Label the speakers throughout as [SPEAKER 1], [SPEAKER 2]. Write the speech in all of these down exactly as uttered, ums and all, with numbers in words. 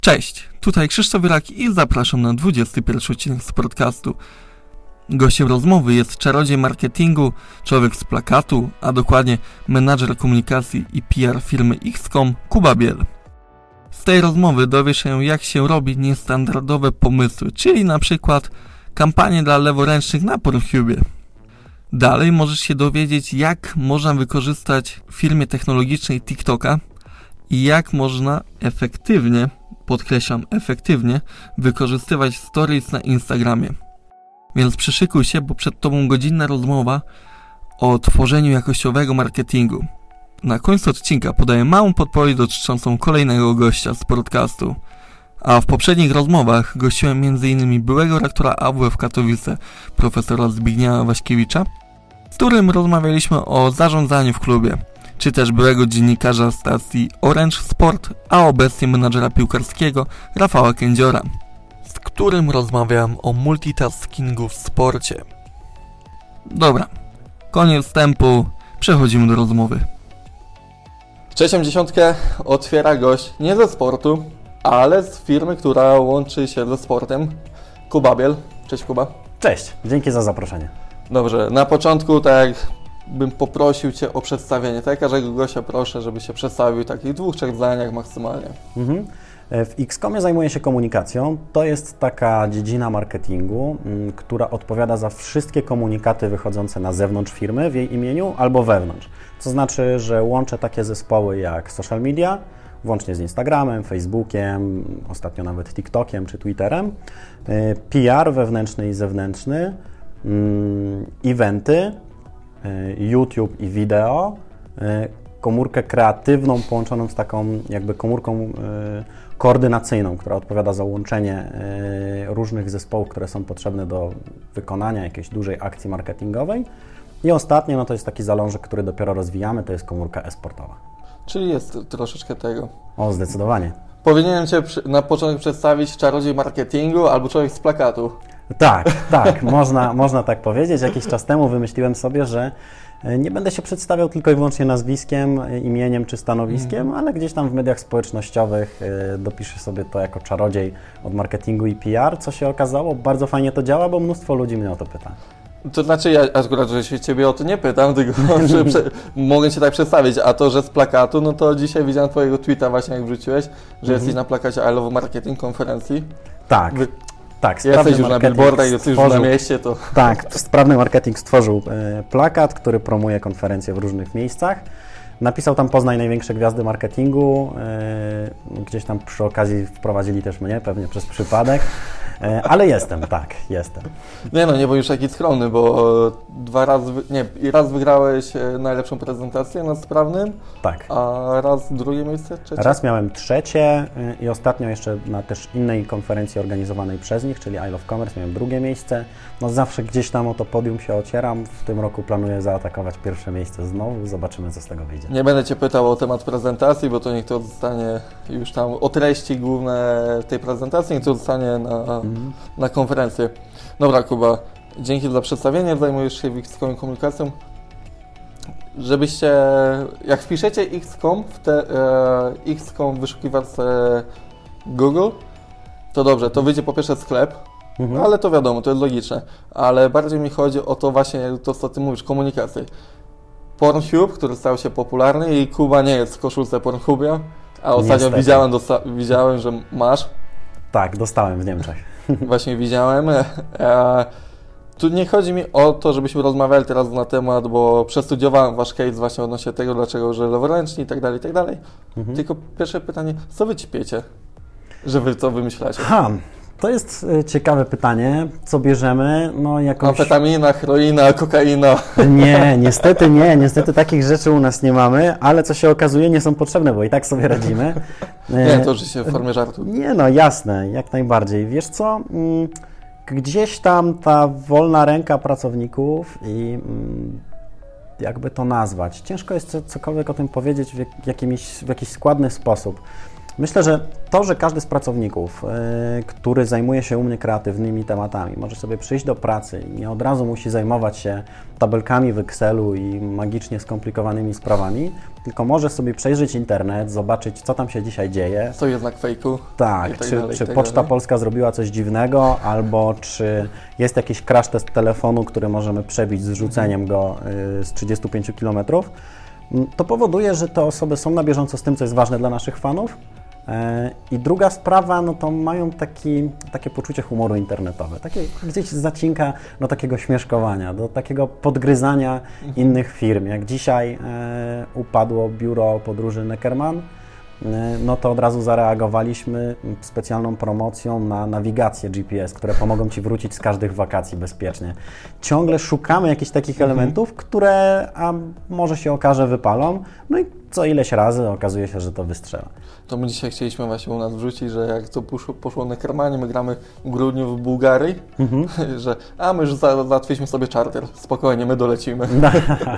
[SPEAKER 1] Cześć, tutaj Krzysztof Wierak i zapraszam na dwudziesty pierwszy odcinek z podcastu. Gościem rozmowy jest czarodziej marketingu, człowiek z plakatu, a dokładnie menadżer komunikacji i P R firmy X kropka com Kuba Biel. Z tej rozmowy dowiesz się, jak się robi niestandardowe pomysły, czyli na przykład kampanie dla leworęcznych na Pornhubie. Dalej możesz się dowiedzieć, jak można wykorzystać w firmie technologicznej TikToka i jak można efektywnie, podkreślam efektywnie, wykorzystywać stories na Instagramie. Więc przyszykuj się, bo przed Tobą godzinna rozmowa o tworzeniu jakościowego marketingu. Na końcu odcinka podaję małą podpowiedź dotyczącą kolejnego gościa z podcastu. A w poprzednich rozmowach gościłem między innymi byłego rektora A W F Katowice, profesora Zbigniewa Waśkiewicza, z którym rozmawialiśmy o zarządzaniu w klubie, czy też byłego dziennikarza stacji Orange Sport, a obecnie menadżera piłkarskiego Rafała Kędziora, z którym rozmawiam o multitaskingu w sporcie. Dobra, koniec wstępu, przechodzimy do rozmowy. Trzecią dziesiątkę otwiera gość nie ze sportu, ale z firmy, która łączy się ze sportem. Kuba Biel. Cześć Kuba.
[SPEAKER 2] Cześć, dzięki za zaproszenie.
[SPEAKER 1] Dobrze, na początku tak bym poprosił Cię o przedstawienie. Tak, każdego gościa proszę, żeby się przedstawił w takich dwóch, trzech zdaniach maksymalnie.
[SPEAKER 2] Mhm. W X kropka comie zajmuję się komunikacją. To jest taka dziedzina marketingu, m, która odpowiada za wszystkie komunikaty wychodzące na zewnątrz firmy w jej imieniu albo wewnątrz. To znaczy, że łączę takie zespoły jak social media, włącznie z Instagramem, Facebookiem, ostatnio nawet TikTokiem czy Twitterem, P R wewnętrzny i zewnętrzny, m, eventy, YouTube i wideo, komórkę kreatywną połączoną z taką jakby komórką koordynacyjną, która odpowiada za łączenie różnych zespołów, które są potrzebne do wykonania jakiejś dużej akcji marketingowej. I ostatnie, no to jest taki zalążek, który dopiero rozwijamy, to jest komórka e-sportowa.
[SPEAKER 1] Czyli jest troszeczkę tego.
[SPEAKER 2] O, zdecydowanie.
[SPEAKER 1] Powinienem Cię na początek przedstawić czarodziej marketingu albo człowiek z plakatu.
[SPEAKER 2] Tak, tak, można, można tak powiedzieć. Jakiś czas temu wymyśliłem sobie, że nie będę się przedstawiał tylko i wyłącznie nazwiskiem, imieniem czy stanowiskiem, mm. ale gdzieś tam w mediach społecznościowych dopiszę sobie to jako czarodziej od marketingu i P R, co się okazało, bardzo fajnie to działa, bo mnóstwo ludzi mnie o to pyta. To
[SPEAKER 1] znaczy, ja akurat, że się Ciebie o to nie pytam, tylko że prze, mogę Cię tak przedstawić, a to, że z plakatu, no to dzisiaj widziałem Twojego tweeta właśnie, jak wrzuciłeś, że mm-hmm. jesteś na plakacie I Love Marketing konferencji.
[SPEAKER 2] Tak. Wy... Tak,
[SPEAKER 1] jesteś już na billboardach, jesteś już na mieście, to...
[SPEAKER 2] Tak, Sprawny Marketing stworzył e, plakat, który promuje konferencje w różnych miejscach. Napisał tam Poznaj największe gwiazdy marketingu, e, gdzieś tam przy okazji wprowadzili też mnie, pewnie przez przypadek, e, ale jestem, tak, jestem.
[SPEAKER 1] Nie no, nie bądź już taki skromny, bo dwa razy, nie, raz wygrałeś najlepszą prezentację na Sprawnym,
[SPEAKER 2] tak.
[SPEAKER 1] A raz drugie miejsce, trzecie?
[SPEAKER 2] Raz miałem trzecie i ostatnio jeszcze na też innej konferencji organizowanej przez nich, czyli I Love Commerce, miałem drugie miejsce. No zawsze gdzieś tam o to podium się ocieram, w tym roku planuję zaatakować pierwsze miejsce znowu, zobaczymy, co z tego wyjdzie.
[SPEAKER 1] Nie będę Cię pytał o temat prezentacji, bo to niech to zostanie już tam o treści główne tej prezentacji, niech to zostanie na, mm. na konferencję. Dobra Kuba, dzięki za przedstawienie, zajmujesz się X kropka com komunikacją. Żebyście, jak wpiszecie X kropka com w te, e, X kropka com w wyszukiwarce Google, to dobrze, to wyjdzie po pierwsze sklep, mhm. ale to wiadomo, to jest logiczne, ale bardziej mi chodzi o to właśnie, to co Ty mówisz, komunikację. Pornhub, który stał się popularny i Kuba nie jest w koszulce Pornhubia, a ostatnio widziałem, dosta- widziałem, że masz.
[SPEAKER 2] Tak, dostałem w Niemczech.
[SPEAKER 1] Właśnie widziałem. E, tu nie chodzi mi o to, żebyśmy rozmawiali teraz na temat, bo przestudiowałem Wasz case właśnie odnośnie tego, dlaczego, że leworęczni i tak dalej, i tak dalej. Mhm. Tylko pierwsze pytanie, co Wy ćpiecie, że Wy to wymyślacie?
[SPEAKER 2] Ha. To jest ciekawe pytanie, co bierzemy, no jakąś...
[SPEAKER 1] Amfetamina, heroina, kokaina.
[SPEAKER 2] Nie, niestety nie, niestety takich rzeczy u nas nie mamy, ale co się okazuje, nie są potrzebne, bo i tak sobie radzimy.
[SPEAKER 1] Nie, to oczywiście w formie żartu.
[SPEAKER 2] Nie no, jasne, jak najbardziej. Wiesz co, gdzieś tam ta wolna ręka pracowników i jakby to nazwać, ciężko jest cokolwiek o tym powiedzieć w, jakimś, w jakiś składny sposób. Myślę, że to, że każdy z pracowników, yy, który zajmuje się u mnie kreatywnymi tematami, może sobie przyjść do pracy i nie od razu musi zajmować się tabelkami w Excelu i magicznie skomplikowanymi sprawami, tylko może sobie przejrzeć internet, zobaczyć, co tam się dzisiaj dzieje.
[SPEAKER 1] Co jest na fejku.
[SPEAKER 2] Tak,
[SPEAKER 1] tak
[SPEAKER 2] czy,
[SPEAKER 1] dalej,
[SPEAKER 2] czy
[SPEAKER 1] tak
[SPEAKER 2] Poczta
[SPEAKER 1] dalej.
[SPEAKER 2] Polska zrobiła coś dziwnego, albo czy jest jakiś crash test telefonu, który możemy przebić z rzuceniem go yy, z trzydziestu pięciu kilometrów. To powoduje, że te osoby są na bieżąco z tym, co jest ważne dla naszych fanów. I druga sprawa, no to mają taki, takie poczucie humoru internetowe, takie gdzieś zacinka do takiego śmieszkowania, do takiego podgryzania mhm. innych firm. Jak dzisiaj e, upadło biuro podróży Neckermann, e, no to od razu zareagowaliśmy specjalną promocją na nawigację G P S, które pomogą Ci wrócić z każdych wakacji bezpiecznie. Ciągle szukamy jakichś takich mhm. elementów, które a może się okaże wypalą, no i co ileś razy okazuje się, że to wystrzela.
[SPEAKER 1] To my dzisiaj chcieliśmy właśnie u nas wrzucić, że jak to poszło, poszło na Neckermannie, my gramy w grudniu w Bułgarii, mhm. że a my już załatwiliśmy sobie czarter, spokojnie, my dolecimy.
[SPEAKER 2] No,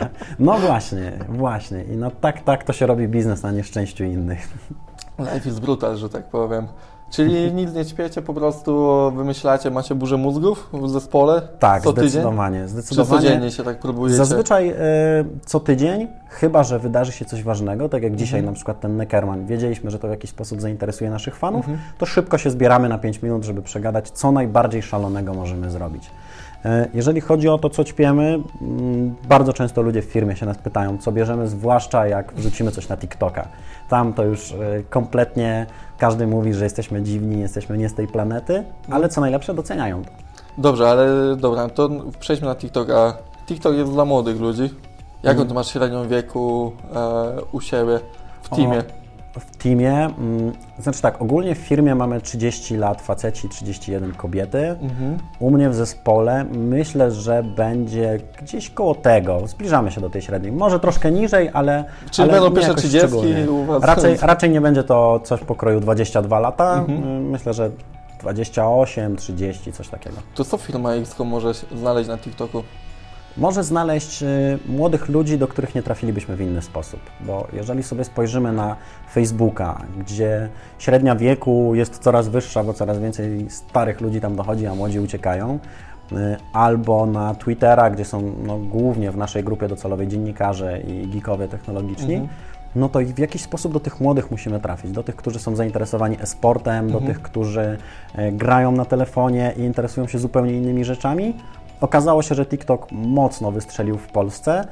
[SPEAKER 2] no właśnie, właśnie. I no tak, tak to się robi biznes na nieszczęściu innych.
[SPEAKER 1] Life is brutal, że tak powiem. Czyli nic nie ćpiecie, po prostu wymyślacie, macie burzę mózgów w zespole?
[SPEAKER 2] Tak,
[SPEAKER 1] co
[SPEAKER 2] zdecydowanie.
[SPEAKER 1] Tydzień?
[SPEAKER 2] zdecydowanie.
[SPEAKER 1] Czy codziennie się tak próbujecie?
[SPEAKER 2] Zazwyczaj y, co tydzień, chyba że wydarzy się coś ważnego, tak jak dzisiaj
[SPEAKER 1] mhm.
[SPEAKER 2] na przykład ten Neckermann, wiedzieliśmy, że to w jakiś sposób zainteresuje naszych fanów,
[SPEAKER 1] mhm.
[SPEAKER 2] to szybko się zbieramy na pięć minut, żeby przegadać, co najbardziej szalonego możemy zrobić. Jeżeli chodzi o to, co ćpiemy, bardzo często ludzie w firmie się nas pytają, co bierzemy, zwłaszcza jak wrzucimy coś na TikToka. Tam to już kompletnie każdy mówi, że jesteśmy dziwni, jesteśmy nie z tej planety, ale co najlepsze, doceniają to.
[SPEAKER 1] Dobrze, ale dobra, to przejdźmy na TikToka. TikTok jest dla młodych ludzi. Jaką
[SPEAKER 2] mm.
[SPEAKER 1] ty masz średnią wieku e, u siebie w teamie?
[SPEAKER 2] O, w teamie, mm, znaczy tak, ogólnie w firmie mamy trzydzieści lat faceci, trzydzieści jeden kobiety. Mhm. U mnie w zespole myślę, że będzie gdzieś koło tego. Zbliżamy się do tej średniej. Może troszkę niżej, ale
[SPEAKER 1] Czyli
[SPEAKER 2] ale
[SPEAKER 1] będą pierwsze trzydziestki u was?
[SPEAKER 2] Raczej, raczej nie będzie to coś pokroju dwadzieścia dwa lata.
[SPEAKER 1] Mhm.
[SPEAKER 2] Myślę, że dwadzieścia osiem, trzydzieści, coś takiego.
[SPEAKER 1] To co firma X może znaleźć na TikToku?
[SPEAKER 2] Może znaleźć y, młodych ludzi, do których nie trafilibyśmy w inny sposób, bo jeżeli sobie spojrzymy na Facebooka, gdzie średnia wieku jest coraz wyższa, bo coraz więcej starych ludzi tam dochodzi, a młodzi uciekają, y, albo na Twittera, gdzie są no, głównie w naszej grupie docelowej dziennikarze i geekowie technologiczni, mhm. no to w jakiś sposób do tych młodych musimy trafić, do tych, którzy są zainteresowani e-sportem, mhm. do tych, którzy y, grają na telefonie i interesują się zupełnie innymi rzeczami. Okazało się, że TikTok mocno wystrzelił w Polsce.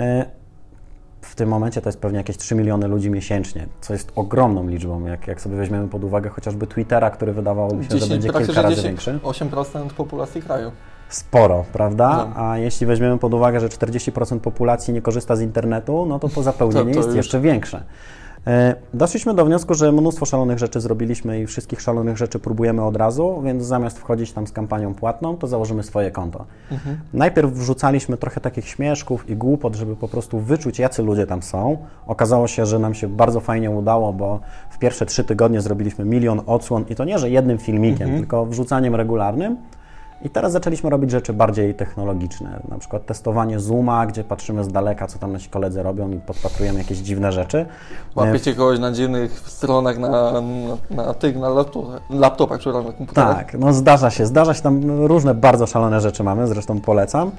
[SPEAKER 2] W tym momencie to jest pewnie jakieś trzy miliony ludzi miesięcznie, co jest ogromną liczbą, jak, jak sobie weźmiemy pod uwagę chociażby Twittera, który wydawałoby się, że będzie kilka razy większy.
[SPEAKER 1] osiem procent populacji kraju.
[SPEAKER 2] Sporo, prawda?
[SPEAKER 1] No.
[SPEAKER 2] A jeśli weźmiemy pod uwagę, że czterdzieści procent populacji nie korzysta z internetu, no to to zapełnienie to, to jest już... jeszcze większe. Doszliśmy do wniosku, że mnóstwo szalonych rzeczy zrobiliśmy i wszystkich szalonych rzeczy próbujemy od razu, więc zamiast wchodzić tam z kampanią płatną, to założymy swoje konto. Mhm. Najpierw wrzucaliśmy trochę takich śmieszków i głupot, żeby po prostu wyczuć, jacy ludzie tam są. Okazało się, że nam się bardzo fajnie udało, bo w pierwsze trzy tygodnie zrobiliśmy milion odsłon i to nie, że jednym filmikiem, mhm. tylko wrzucaniem regularnym. I teraz zaczęliśmy robić rzeczy bardziej technologiczne, na przykład testowanie Zooma, gdzie patrzymy z daleka, co tam nasi koledzy robią i podpatrujemy jakieś dziwne rzeczy.
[SPEAKER 1] Łapiecie kogoś na dziwnych stronach na, na, na tych, na laptopach, laptopach, czy na komputerach?
[SPEAKER 2] Tak, no zdarza się, zdarza się, tam różne bardzo szalone rzeczy mamy, zresztą polecam.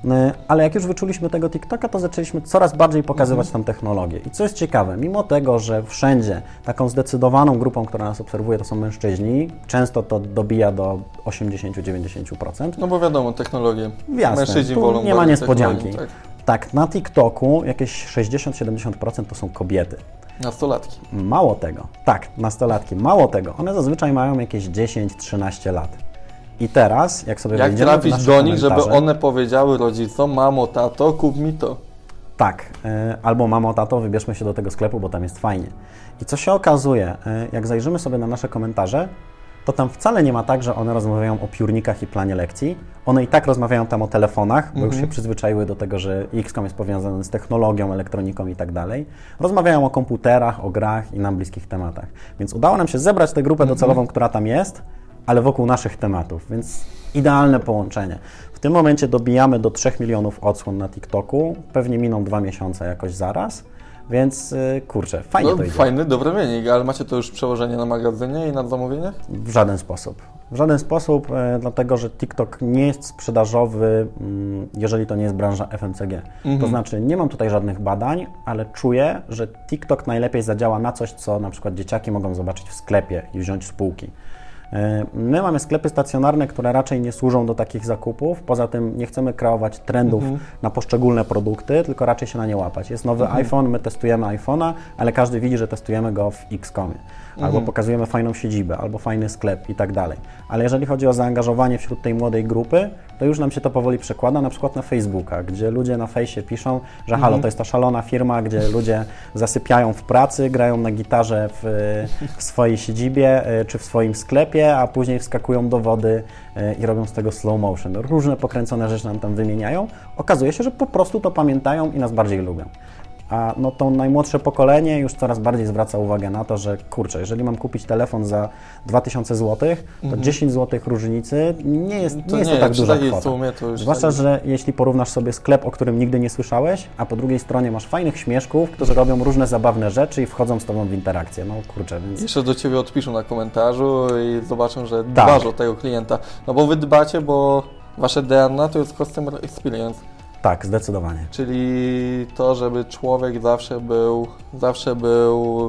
[SPEAKER 2] Ale jak już wyczuliśmy tego TikToka, to zaczęliśmy coraz bardziej pokazywać mhm. tam technologię. I co jest ciekawe, mimo tego, że wszędzie taką zdecydowaną grupą, która nas obserwuje, to są mężczyźni, często to dobija do osiemdziesiąt do dziewięćdziesięciu procent.
[SPEAKER 1] No bo wiadomo, technologie.
[SPEAKER 2] Jasne,
[SPEAKER 1] mężczyźni
[SPEAKER 2] tu
[SPEAKER 1] wolą
[SPEAKER 2] nie ma niespodzianki.
[SPEAKER 1] Tak.
[SPEAKER 2] tak, na TikToku jakieś sześćdziesiąt do siedemdziesięciu procent to są kobiety.
[SPEAKER 1] Nastolatki.
[SPEAKER 2] Mało tego, tak, nastolatki, mało tego, one zazwyczaj mają jakieś dziesięć do trzynastu lat. I teraz, jak sobie
[SPEAKER 1] Jak trafić do nich, żeby one powiedziały rodzicom, mamo, tato, kup mi to.
[SPEAKER 2] Tak, albo mamo, tato, wybierzmy się do tego sklepu, bo tam jest fajnie. I co się okazuje, jak zajrzymy sobie na nasze komentarze, to tam wcale nie ma tak, że one rozmawiają o piórnikach i planie lekcji. One i tak rozmawiają tam o telefonach, bo mm-hmm. już się przyzwyczaiły do tego, że X COM jest powiązany z technologią, elektroniką i tak dalej. Rozmawiają o komputerach, o grach i nam bliskich tematach. Więc udało nam się zebrać tę grupę mm-hmm. docelową, która tam jest, ale wokół naszych tematów, więc idealne połączenie. W tym momencie dobijamy do trzech milionów odsłon na TikToku, pewnie miną dwa miesiące jakoś zaraz. Więc kurczę, fajnie
[SPEAKER 1] no,
[SPEAKER 2] to idzie.
[SPEAKER 1] Fajny, dobry wynik, ale macie to już przełożenie na magazynie i na zamówieniach?
[SPEAKER 2] W żaden sposób. W żaden sposób, e, dlatego że TikTok nie jest sprzedażowy, mm, jeżeli to nie jest branża F M C G. Mhm. To znaczy, nie mam tutaj żadnych badań, ale czuję, że TikTok najlepiej zadziała na coś, co na przykład dzieciaki mogą zobaczyć w sklepie i wziąć z półki. My mamy sklepy stacjonarne, które raczej nie służą do takich zakupów. Poza tym nie chcemy kreować trendów mhm. na poszczególne produkty, tylko raczej się na nie łapać. Jest nowy mhm. iPhone, my testujemy iPhone'a, ale każdy widzi, że testujemy go w X-Comie. Albo mhm. pokazujemy fajną siedzibę, albo fajny sklep i tak dalej. Ale jeżeli chodzi o zaangażowanie wśród tej młodej grupy, to już nam się to powoli przekłada, na przykład na Facebooka, gdzie ludzie na fejsie piszą, że halo, to jest ta szalona firma, gdzie ludzie zasypiają w pracy, grają na gitarze w, w swojej siedzibie czy w swoim sklepie, a później wskakują do wody i robią z tego slow motion. Różne pokręcone rzeczy nam tam wymieniają. Okazuje się, że po prostu to pamiętają i nas bardziej lubią. A no to najmłodsze pokolenie już coraz bardziej zwraca uwagę na to, że kurczę, jeżeli mam kupić telefon za dwa tysiące złotych, to mm-hmm. dziesięć złotych różnicy nie jest to, nie jest
[SPEAKER 1] nie,
[SPEAKER 2] to tak duża kwota.
[SPEAKER 1] Sumie, to
[SPEAKER 2] Zwłaszcza, tak... że jeśli porównasz sobie sklep, o którym nigdy nie słyszałeś, a po drugiej stronie masz fajnych śmieszków, którzy robią różne zabawne rzeczy i wchodzą z Tobą w interakcję. No kurczę, więc...
[SPEAKER 1] Jeszcze do Ciebie odpiszą na komentarzu i zobaczą, że
[SPEAKER 2] tak.
[SPEAKER 1] dbasz o tego klienta. No bo Wy dbacie, bo Wasze D N A to jest customer experience.
[SPEAKER 2] Tak, zdecydowanie.
[SPEAKER 1] Czyli to, żeby człowiek zawsze był, zawsze był,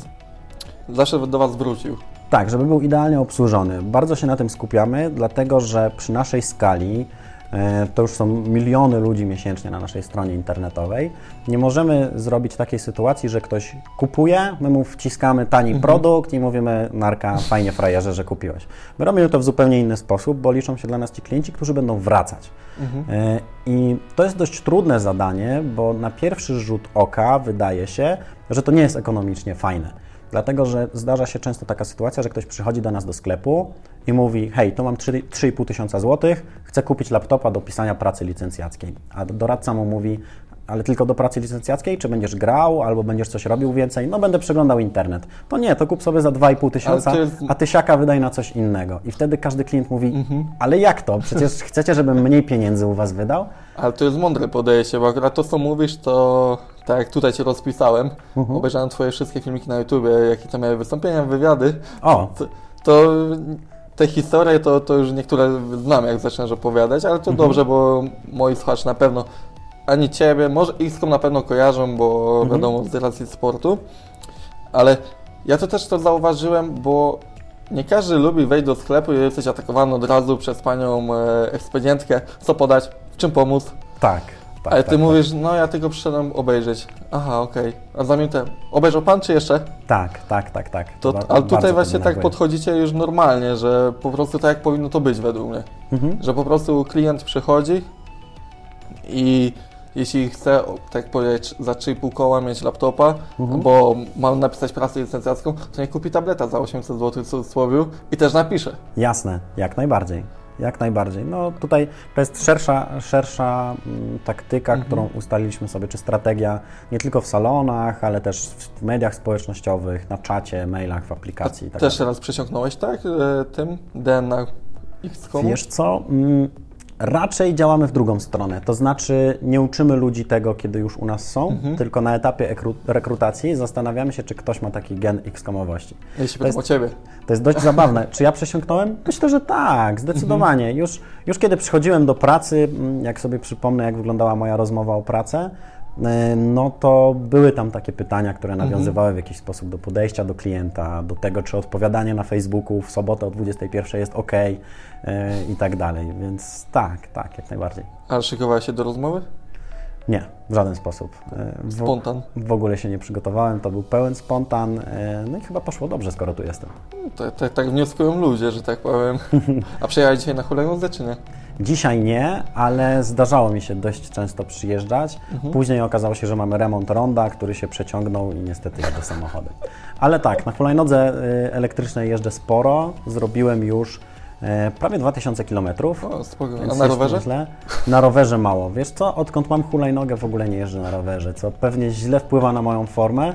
[SPEAKER 1] zawsze do Was wrócił.
[SPEAKER 2] Tak, żeby był idealnie obsłużony. Bardzo się na tym skupiamy, dlatego że przy naszej skali, to już są miliony ludzi miesięcznie na naszej stronie internetowej, nie możemy zrobić takiej sytuacji, że ktoś kupuje, my mu wciskamy tani mhm. produkt i mówimy, narka, fajnie frajerze, że kupiłeś. My robimy to w zupełnie inny sposób, bo liczą się dla nas ci klienci, którzy będą wracać. Mhm. I to jest dość trudne zadanie, bo na pierwszy rzut oka wydaje się, że to nie jest ekonomicznie fajne. Dlatego, że zdarza się często taka sytuacja, że ktoś przychodzi do nas do sklepu i mówi, hej, to mam trzy i pół tysiąca złotych, chcę kupić laptopa do pisania pracy licencjackiej. A doradca mu mówi, ale tylko do pracy licencjackiej, czy będziesz grał, albo będziesz coś robił więcej? No będę przeglądał internet. To nie, to kup sobie za dwa i pół tysiąca, jest... a tysiaka wydaj na coś innego. I wtedy każdy klient mówi, mhm. ale jak to? Przecież chcecie, żebym mniej pieniędzy u Was wydał?
[SPEAKER 1] Ale to jest mądre podejście, bo akurat to, co mówisz, to tak jak tutaj Cię rozpisałem, mhm. obejrzałem Twoje wszystkie filmiki na YouTubie, jakie tam miały wystąpienia, wywiady,
[SPEAKER 2] o.
[SPEAKER 1] to, to te historie to, to już niektóre znam, jak zaczynasz opowiadać, ale to mhm. dobrze, bo moi słuchacze na pewno ani Ciebie, może X-com na pewno kojarzą, bo mhm. wiadomo, z racji sportu, ale ja to też to zauważyłem, bo nie każdy lubi wejść do sklepu i jesteś atakowany od razu przez panią e, ekspedientkę, co podać, w czym pomóc.
[SPEAKER 2] Tak. Tak,
[SPEAKER 1] ale ty
[SPEAKER 2] tak,
[SPEAKER 1] mówisz,
[SPEAKER 2] tak.
[SPEAKER 1] no ja tylko przyszedłem obejrzeć. Aha, okej. Okay. A za minutę, obejrzał Pan czy jeszcze?
[SPEAKER 2] Tak, tak, tak, tak.
[SPEAKER 1] To, to, ale tutaj właśnie tak podchodzicie już normalnie, że po prostu tak jak powinno to być według mnie. Mhm. Że po prostu klient przychodzi i jeśli chce, tak powiedzieć, za trzy i pół koła mieć laptopa, mhm. bo mam napisać pracę licencjacką, to niech kupi tableta za osiemset złotych w cudzysłowie i też napisze.
[SPEAKER 2] Jasne, jak najbardziej. Jak najbardziej. No tutaj to jest szersza, szersza m, taktyka, mhm. którą ustaliliśmy sobie, czy strategia nie tylko w salonach, ale też w mediach społecznościowych, na czacie, mailach, w aplikacji.
[SPEAKER 1] A
[SPEAKER 2] i tak
[SPEAKER 1] też
[SPEAKER 2] dalej.
[SPEAKER 1] raz przesiąknąłeś, tak? Tym D N A X-comu?
[SPEAKER 2] Wiesz co? Mm, raczej działamy w drugą stronę, to znaczy nie uczymy ludzi tego, kiedy już u nas są, mhm. tylko na etapie rekrutacji zastanawiamy się, czy ktoś ma taki gen X-komowości.
[SPEAKER 1] Jeśli pytam o Ciebie.
[SPEAKER 2] To jest dość zabawne. Czy ja przesiąknąłem? Myślę, że tak, zdecydowanie. Mhm. Już, już kiedy przychodziłem do pracy, jak sobie przypomnę, jak wyglądała moja rozmowa o pracę, no to były tam takie pytania, które nawiązywały w jakiś sposób do podejścia do klienta, do tego, czy odpowiadanie na Facebooku w sobotę o dwudziestej pierwszej jest ok yy, i tak dalej, więc tak, tak, jak najbardziej.
[SPEAKER 1] A szykowałeś się do rozmowy?
[SPEAKER 2] Nie, w żaden sposób. W,
[SPEAKER 1] Spontan?
[SPEAKER 2] W ogóle się nie przygotowałem, to był pełen spontan, no i chyba poszło dobrze, skoro tu jestem.
[SPEAKER 1] Tak, tak, tak wnioskują ludzie, że tak powiem. A przyjechałeś dzisiaj na hulajnodze, czy nie?
[SPEAKER 2] Dzisiaj nie, ale zdarzało mi się dość często przyjeżdżać. Mhm. Później okazało się, że mamy remont ronda, który się przeciągnął i niestety jadę samochodem. Ale tak, na hulajnodze elektrycznej jeżdżę sporo. Zrobiłem już prawie dwa tysiące kilometrów.
[SPEAKER 1] O, spoko. A na rowerze?
[SPEAKER 2] Źle. Na rowerze mało. Wiesz co, odkąd mam hulajnogę w ogóle nie jeżdżę na rowerze, co pewnie źle wpływa na moją formę,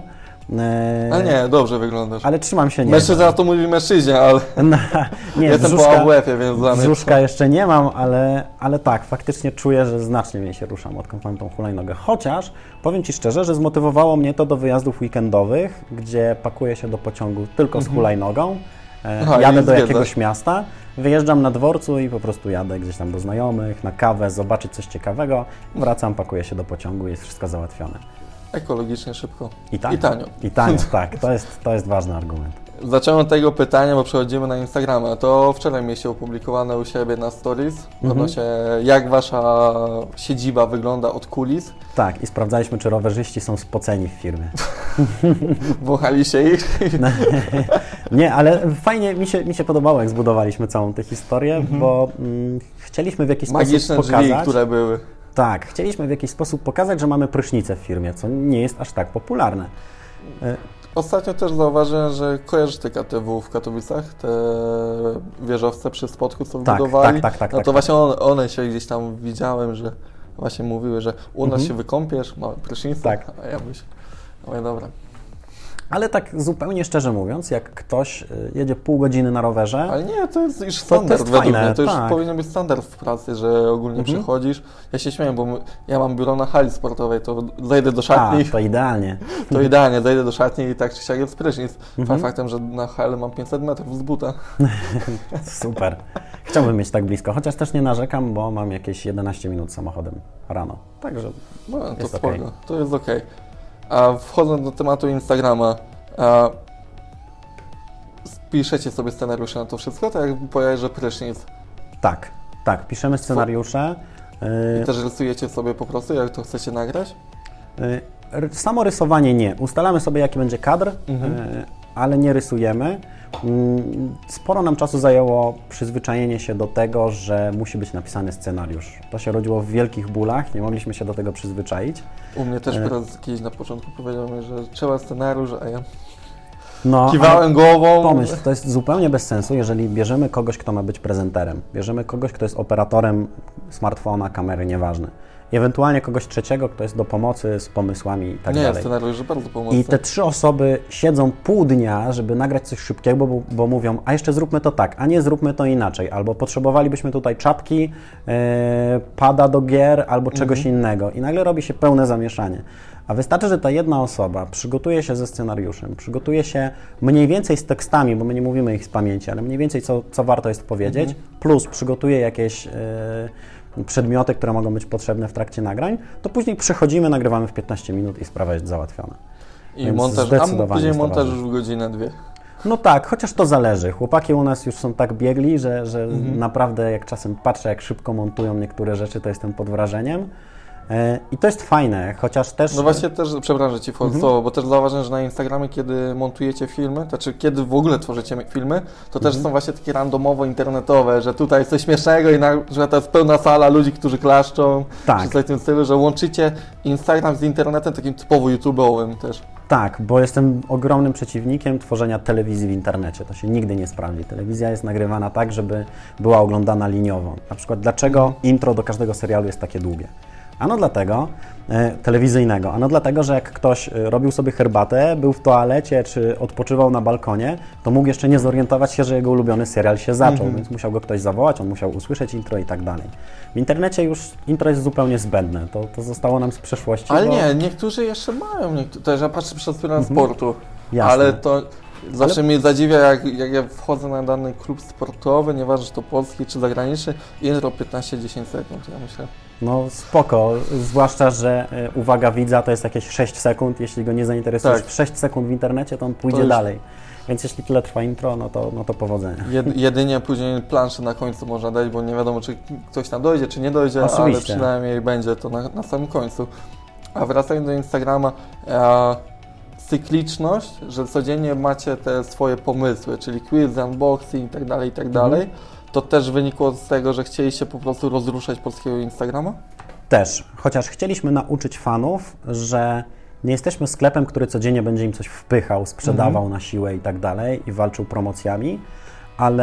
[SPEAKER 1] Ale nie, dobrze wyglądasz.
[SPEAKER 2] Ale trzymam się nie.
[SPEAKER 1] Mężczyzna to mówi mężczyźnie, ale
[SPEAKER 2] no, nie,
[SPEAKER 1] jestem
[SPEAKER 2] brzuszka,
[SPEAKER 1] po A W F-ie, więc dla mnie...
[SPEAKER 2] Brzuszka jeszcze nie mam, ale, ale tak, faktycznie czuję, że znacznie mniej się ruszam, odkąd mam tą hulajnogę. Chociaż, powiem Ci szczerze, że zmotywowało mnie to do wyjazdów weekendowych, gdzie pakuję się do pociągu tylko z hulajnogą, Aha, jadę do jakiegoś miasta, wyjeżdżam na dworcu i po prostu jadę gdzieś tam do znajomych, na kawę, zobaczyć coś ciekawego, wracam, pakuję się do pociągu i jest wszystko załatwione.
[SPEAKER 1] Ekologicznie, szybko.
[SPEAKER 2] I tanio.
[SPEAKER 1] I tanio.
[SPEAKER 2] I tanio, tak. To jest, to jest ważny argument.
[SPEAKER 1] Zacząłem od tego pytania, bo przechodzimy na Instagrama. To wczoraj mieliście opublikowane u siebie na stories, mm-hmm. odnośnie jak wasza siedziba wygląda od kulis.
[SPEAKER 2] Tak, i sprawdzaliśmy, czy rowerzyści są spoceni w firmie.
[SPEAKER 1] Wąchaliście ich?
[SPEAKER 2] Nie, ale fajnie, mi się, mi się podobało, jak zbudowaliśmy całą tę historię, mm-hmm. bo mm, chcieliśmy w jakiś
[SPEAKER 1] Magiczne
[SPEAKER 2] sposób pokazać...
[SPEAKER 1] drzwi, które były.
[SPEAKER 2] Tak, chcieliśmy w jakiś sposób pokazać, że mamy prysznice w firmie, co nie jest aż tak popularne.
[SPEAKER 1] Ostatnio też zauważyłem, że kojarzysz te K T W w Katowicach, te wieżowce przy spodku, co
[SPEAKER 2] tak,
[SPEAKER 1] wybudowali.
[SPEAKER 2] Tak, tak, tak.
[SPEAKER 1] No to
[SPEAKER 2] tak,
[SPEAKER 1] właśnie
[SPEAKER 2] tak.
[SPEAKER 1] One, one się gdzieś tam widziałem, że właśnie mówiły, że u nas mhm. się wykąpiesz, mamy prysznicę,
[SPEAKER 2] tak.
[SPEAKER 1] a ja myślę, no i dobra.
[SPEAKER 2] Ale tak zupełnie szczerze mówiąc, jak ktoś jedzie pół godziny na rowerze...
[SPEAKER 1] Ale nie, to jest już standard to, to jest według fajne, mnie. To tak. już powinien być standard w pracy, że ogólnie mhm. przychodzisz. Ja się śmieję, bo my, ja mam biuro na hali sportowej, to zajdę do szatni.
[SPEAKER 2] A, to idealnie.
[SPEAKER 1] To idealnie, zajdę do szatni i tak czy siak jest prysznic.
[SPEAKER 2] Mhm.
[SPEAKER 1] Faktem, że na hali mam pięćset metrów z buta.
[SPEAKER 2] Super. Chciałbym mieć tak blisko, chociaż też nie narzekam, bo mam jakieś jedenaście minut samochodem rano. Także
[SPEAKER 1] no, to
[SPEAKER 2] jest
[SPEAKER 1] spoko,
[SPEAKER 2] okay.
[SPEAKER 1] To jest okej. Okay. A wchodząc do tematu Instagrama, a piszecie sobie scenariusze na to wszystko, tak jak powiedziałeś, że prysznic?
[SPEAKER 2] Tak, tak, piszemy scenariusze.
[SPEAKER 1] I też rysujecie sobie po prostu, jak to chcecie nagrać?
[SPEAKER 2] Samo rysowanie nie. Ustalamy sobie, jaki będzie kadr, mhm. ale nie rysujemy. Sporo nam czasu zajęło przyzwyczajenie się do tego, że musi być napisany scenariusz. To się rodziło w wielkich bólach, nie mogliśmy się do tego przyzwyczaić.
[SPEAKER 1] U mnie też brat kiedyś na początku powiedział mi, że trzeba scenariusz, a ja
[SPEAKER 2] no,
[SPEAKER 1] kiwałem głową.
[SPEAKER 2] Pomyśl, to jest zupełnie bez sensu, jeżeli bierzemy kogoś, kto ma być prezenterem, bierzemy kogoś, kto jest operatorem smartfona, kamery, nieważne. I ewentualnie kogoś trzeciego, kto jest do pomocy z pomysłami i tak
[SPEAKER 1] nie,
[SPEAKER 2] dalej.
[SPEAKER 1] Nie, scenariusz bardzo pomocny.
[SPEAKER 2] I te trzy osoby siedzą pół dnia, żeby nagrać coś szybkiego, bo, bo mówią, a jeszcze zróbmy to tak, a nie zróbmy to inaczej, albo potrzebowalibyśmy tutaj czapki, yy, pada do gier, albo czegoś mhm. innego. I nagle robi się pełne zamieszanie. A wystarczy, że ta jedna osoba przygotuje się ze scenariuszem, przygotuje się mniej więcej z tekstami, bo my nie mówimy ich z pamięci, ale mniej więcej co, co warto jest powiedzieć, mhm. plus przygotuje jakieś... Yy, przedmioty, które mogą być potrzebne w trakcie nagrań, to później przychodzimy, nagrywamy w piętnaście minut i sprawa jest załatwiona.
[SPEAKER 1] I Więc montaż, a później montaż już w godzinę, dwie.
[SPEAKER 2] No tak, chociaż to zależy. Chłopaki u nas już są tak biegli, że, że mhm. naprawdę jak czasem patrzę, jak szybko montują niektóre rzeczy, to jestem pod wrażeniem. I to jest fajne, chociaż też...
[SPEAKER 1] No właśnie też, przepraszam, Ci wchodzę w słowo, bo też zauważyłem, że na Instagramie, kiedy montujecie filmy, znaczy kiedy w ogóle tworzycie filmy, to też mhm. są właśnie takie randomowo-internetowe, że tutaj jest coś śmiesznego i na, że to jest pełna sala ludzi, którzy klaszczą, tak. czy coś w tym stylu, że łączycie Instagram z internetem takim typowo YouTube'owym też.
[SPEAKER 2] Tak, bo jestem ogromnym przeciwnikiem tworzenia telewizji w internecie. To się nigdy nie sprawdzi. Telewizja jest nagrywana tak, żeby była oglądana liniowo. Na przykład dlaczego mhm. intro do każdego serialu jest takie długie? Ano dlatego, e, telewizyjnego, ano dlatego, że jak ktoś robił sobie herbatę, był w toalecie czy odpoczywał na balkonie, to mógł jeszcze nie zorientować się, że jego ulubiony serial się zaczął, mm-hmm. więc musiał go ktoś zawołać, on musiał usłyszeć intro i tak dalej. W internecie już intro jest zupełnie zbędne, to, to zostało nam z przeszłości.
[SPEAKER 1] Ale
[SPEAKER 2] bo...
[SPEAKER 1] nie, niektórzy jeszcze mają, niektórzy, też ja patrzę przez pryzmat mm-hmm. sportu,
[SPEAKER 2] Jasne.
[SPEAKER 1] ale to zawsze
[SPEAKER 2] ale...
[SPEAKER 1] mnie zadziwia, jak, jak ja wchodzę na dany klub sportowy, nieważne czy to polski czy zagraniczny, intro piętnaście do dziesięciu sekund, ja myślę.
[SPEAKER 2] No spoko, zwłaszcza, że y, uwaga widza to jest jakieś sześć sekund, jeśli go nie zainteresujesz tak. w sześć sekund w internecie, to on pójdzie to już... dalej. Więc jeśli tyle trwa intro, no to, no to powodzenia.
[SPEAKER 1] Jed, jedynie później planszę na końcu można dać, bo nie wiadomo, czy ktoś tam dojdzie, czy nie dojdzie,
[SPEAKER 2] Oczywiście.
[SPEAKER 1] ale przynajmniej będzie to na, na samym końcu. A wracając do Instagrama, e, cykliczność, że codziennie macie te swoje pomysły, czyli quiz, unboxing i tak dalej, i tak dalej. Mhm. To też wynikło z tego, że chcieliście po prostu rozruszać polskiego Instagrama?
[SPEAKER 2] Też, chociaż chcieliśmy nauczyć fanów, że nie jesteśmy sklepem, który codziennie będzie im coś wpychał, sprzedawał mhm. na siłę i tak dalej i walczył promocjami, ale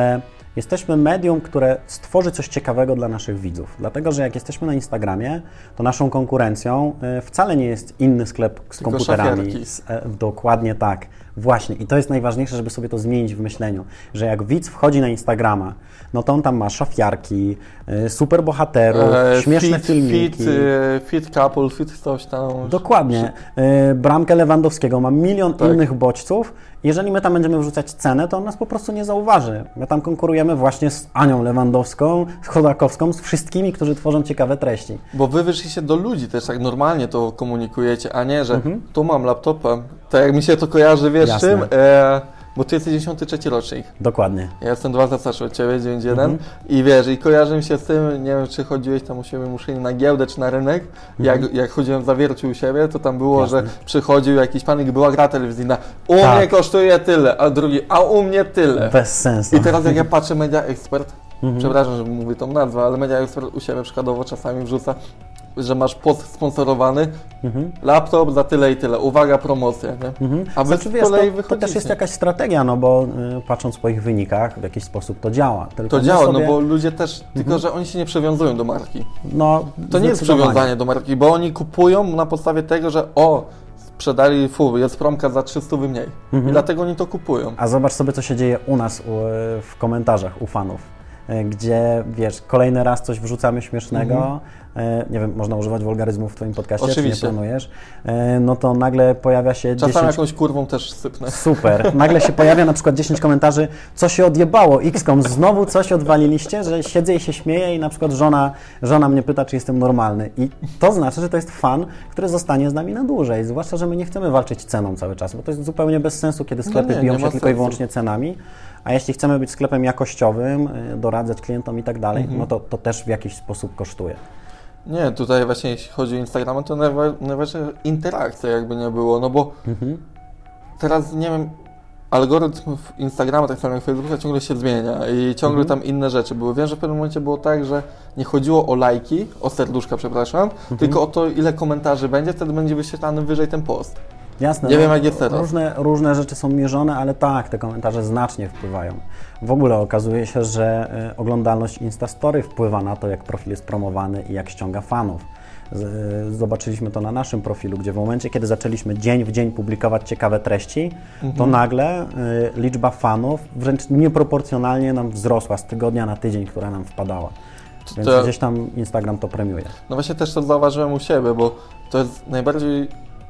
[SPEAKER 2] Jesteśmy medium, które stworzy coś ciekawego dla naszych widzów. Dlatego, że jak jesteśmy na Instagramie, to naszą konkurencją wcale nie jest inny sklep z
[SPEAKER 1] Tylko
[SPEAKER 2] komputerami. Z, e, dokładnie tak. Właśnie. I to jest najważniejsze, żeby sobie to zmienić w myśleniu, że jak widz wchodzi na Instagrama, no to on tam ma szafiarki, y, superbohaterów, e, śmieszne
[SPEAKER 1] fit,
[SPEAKER 2] filmiki.
[SPEAKER 1] Fit, y, fit couple, fit coś tam.
[SPEAKER 2] Dokładnie. Y, bramkę Lewandowskiego, ma milion tak. innych bodźców. Jeżeli my tam będziemy wrzucać cenę, to on nas po prostu nie zauważy. My tam konkurujemy właśnie z Anią Lewandowską, z Chodakowską, z wszystkimi, którzy tworzą ciekawe treści.
[SPEAKER 1] Bo wy wyszliście do ludzi też, tak normalnie to komunikujecie, a nie, że mhm. tu mam laptopa. Tak jak mi się to kojarzy, wiesz
[SPEAKER 2] Jasne.
[SPEAKER 1] czym? E, bo ty jesteś dziewięćdziesiąty trzeci rocznik.
[SPEAKER 2] Dokładnie.
[SPEAKER 1] Ja jestem dwa lata starszy od ciebie, dziewięćdziesiąt jeden. Mhm. I wiesz, i kojarzy mi się z tym, nie wiem, czy chodziłeś tam u siebie muszynie na giełdę, czy na rynek. Mhm. Jak, jak chodziłem w Zawierciu u siebie, to tam było, Jasne. że przychodził jakiś pan i była gra telewizyjna. U tak. mnie kosztuje tyle, a drugi, a u mnie tyle.
[SPEAKER 2] Bez sensu.
[SPEAKER 1] I teraz jak ja patrzę Media Expert, mhm. przepraszam, że mówię tą nazwę, ale Media Expert u siebie przykładowo czasami wrzuca, że masz post sponsorowany, mhm. laptop za tyle i tyle, uwaga, promocja, nie? Mhm. A wy
[SPEAKER 2] znaczy, wiesz, to, to też jest jakaś strategia, no bo y, patrząc po ich wynikach, w jakiś sposób to działa. Tylko
[SPEAKER 1] to działa,
[SPEAKER 2] sobie...
[SPEAKER 1] no bo ludzie też, mhm. tylko że oni się nie przywiązują do marki.
[SPEAKER 2] No,
[SPEAKER 1] to nie jest przywiązanie do marki, bo oni kupują na podstawie tego, że o, sprzedali, fu, jest promka za trzysta mniej mhm. i dlatego oni to kupują.
[SPEAKER 2] A zobacz sobie, co się dzieje u nas u, w komentarzach u fanów, gdzie, wiesz, kolejny raz coś wrzucamy śmiesznego, mhm. nie wiem, można używać wulgaryzmów w Twoim podcaście,
[SPEAKER 1] Oczywiście.
[SPEAKER 2] czy nie planujesz, no to nagle pojawia się
[SPEAKER 1] Czasami
[SPEAKER 2] dziesięć...
[SPEAKER 1] jakąś kurwą też sypnę.
[SPEAKER 2] Super. Nagle się pojawia na przykład dziesięć komentarzy, co się odjebało, X kom, znowu coś odwaliliście, że siedzę i się śmieję i na przykład żona, żona mnie pyta, czy jestem normalny. I to znaczy, że to jest fan, który zostanie z nami na dłużej, zwłaszcza, że my nie chcemy walczyć ceną cały czas, bo to jest zupełnie bez sensu, kiedy sklepy
[SPEAKER 1] no nie,
[SPEAKER 2] biją
[SPEAKER 1] nie
[SPEAKER 2] się tylko
[SPEAKER 1] sensu.
[SPEAKER 2] i wyłącznie cenami. A jeśli chcemy być sklepem jakościowym, doradzać klientom i tak dalej, mhm. no to, to też w jakiś sposób kosztuje.
[SPEAKER 1] Nie, tutaj właśnie jeśli chodzi o Instagrama, to najważniejsza interakcja jakby nie było, no bo mhm. teraz, nie wiem, algorytm Instagrama, tak samo jak Facebooka, ciągle się zmienia i ciągle mhm. tam inne rzeczy były. Wiem, że w pewnym momencie było tak, że nie chodziło o lajki, o serduszka, przepraszam, mhm. tylko o to, ile komentarzy będzie, wtedy będzie wyświetlany wyżej ten post.
[SPEAKER 2] Jasne,
[SPEAKER 1] nie
[SPEAKER 2] no,
[SPEAKER 1] wiem jak jest teraz.
[SPEAKER 2] Różne, różne rzeczy są mierzone, ale tak, te komentarze znacznie wpływają. W ogóle okazuje się, że y, oglądalność Instastory wpływa na to, jak profil jest promowany i jak ściąga fanów. Z, y, zobaczyliśmy to na naszym profilu, gdzie w momencie, kiedy zaczęliśmy dzień w dzień publikować ciekawe treści, mhm. to nagle y, liczba fanów wręcz nieproporcjonalnie nam wzrosła z tygodnia na tydzień, która nam wpadała. Więc to, gdzieś tam Instagram to premiuje.
[SPEAKER 1] No właśnie też to zauważyłem u siebie, bo to jest najbardziej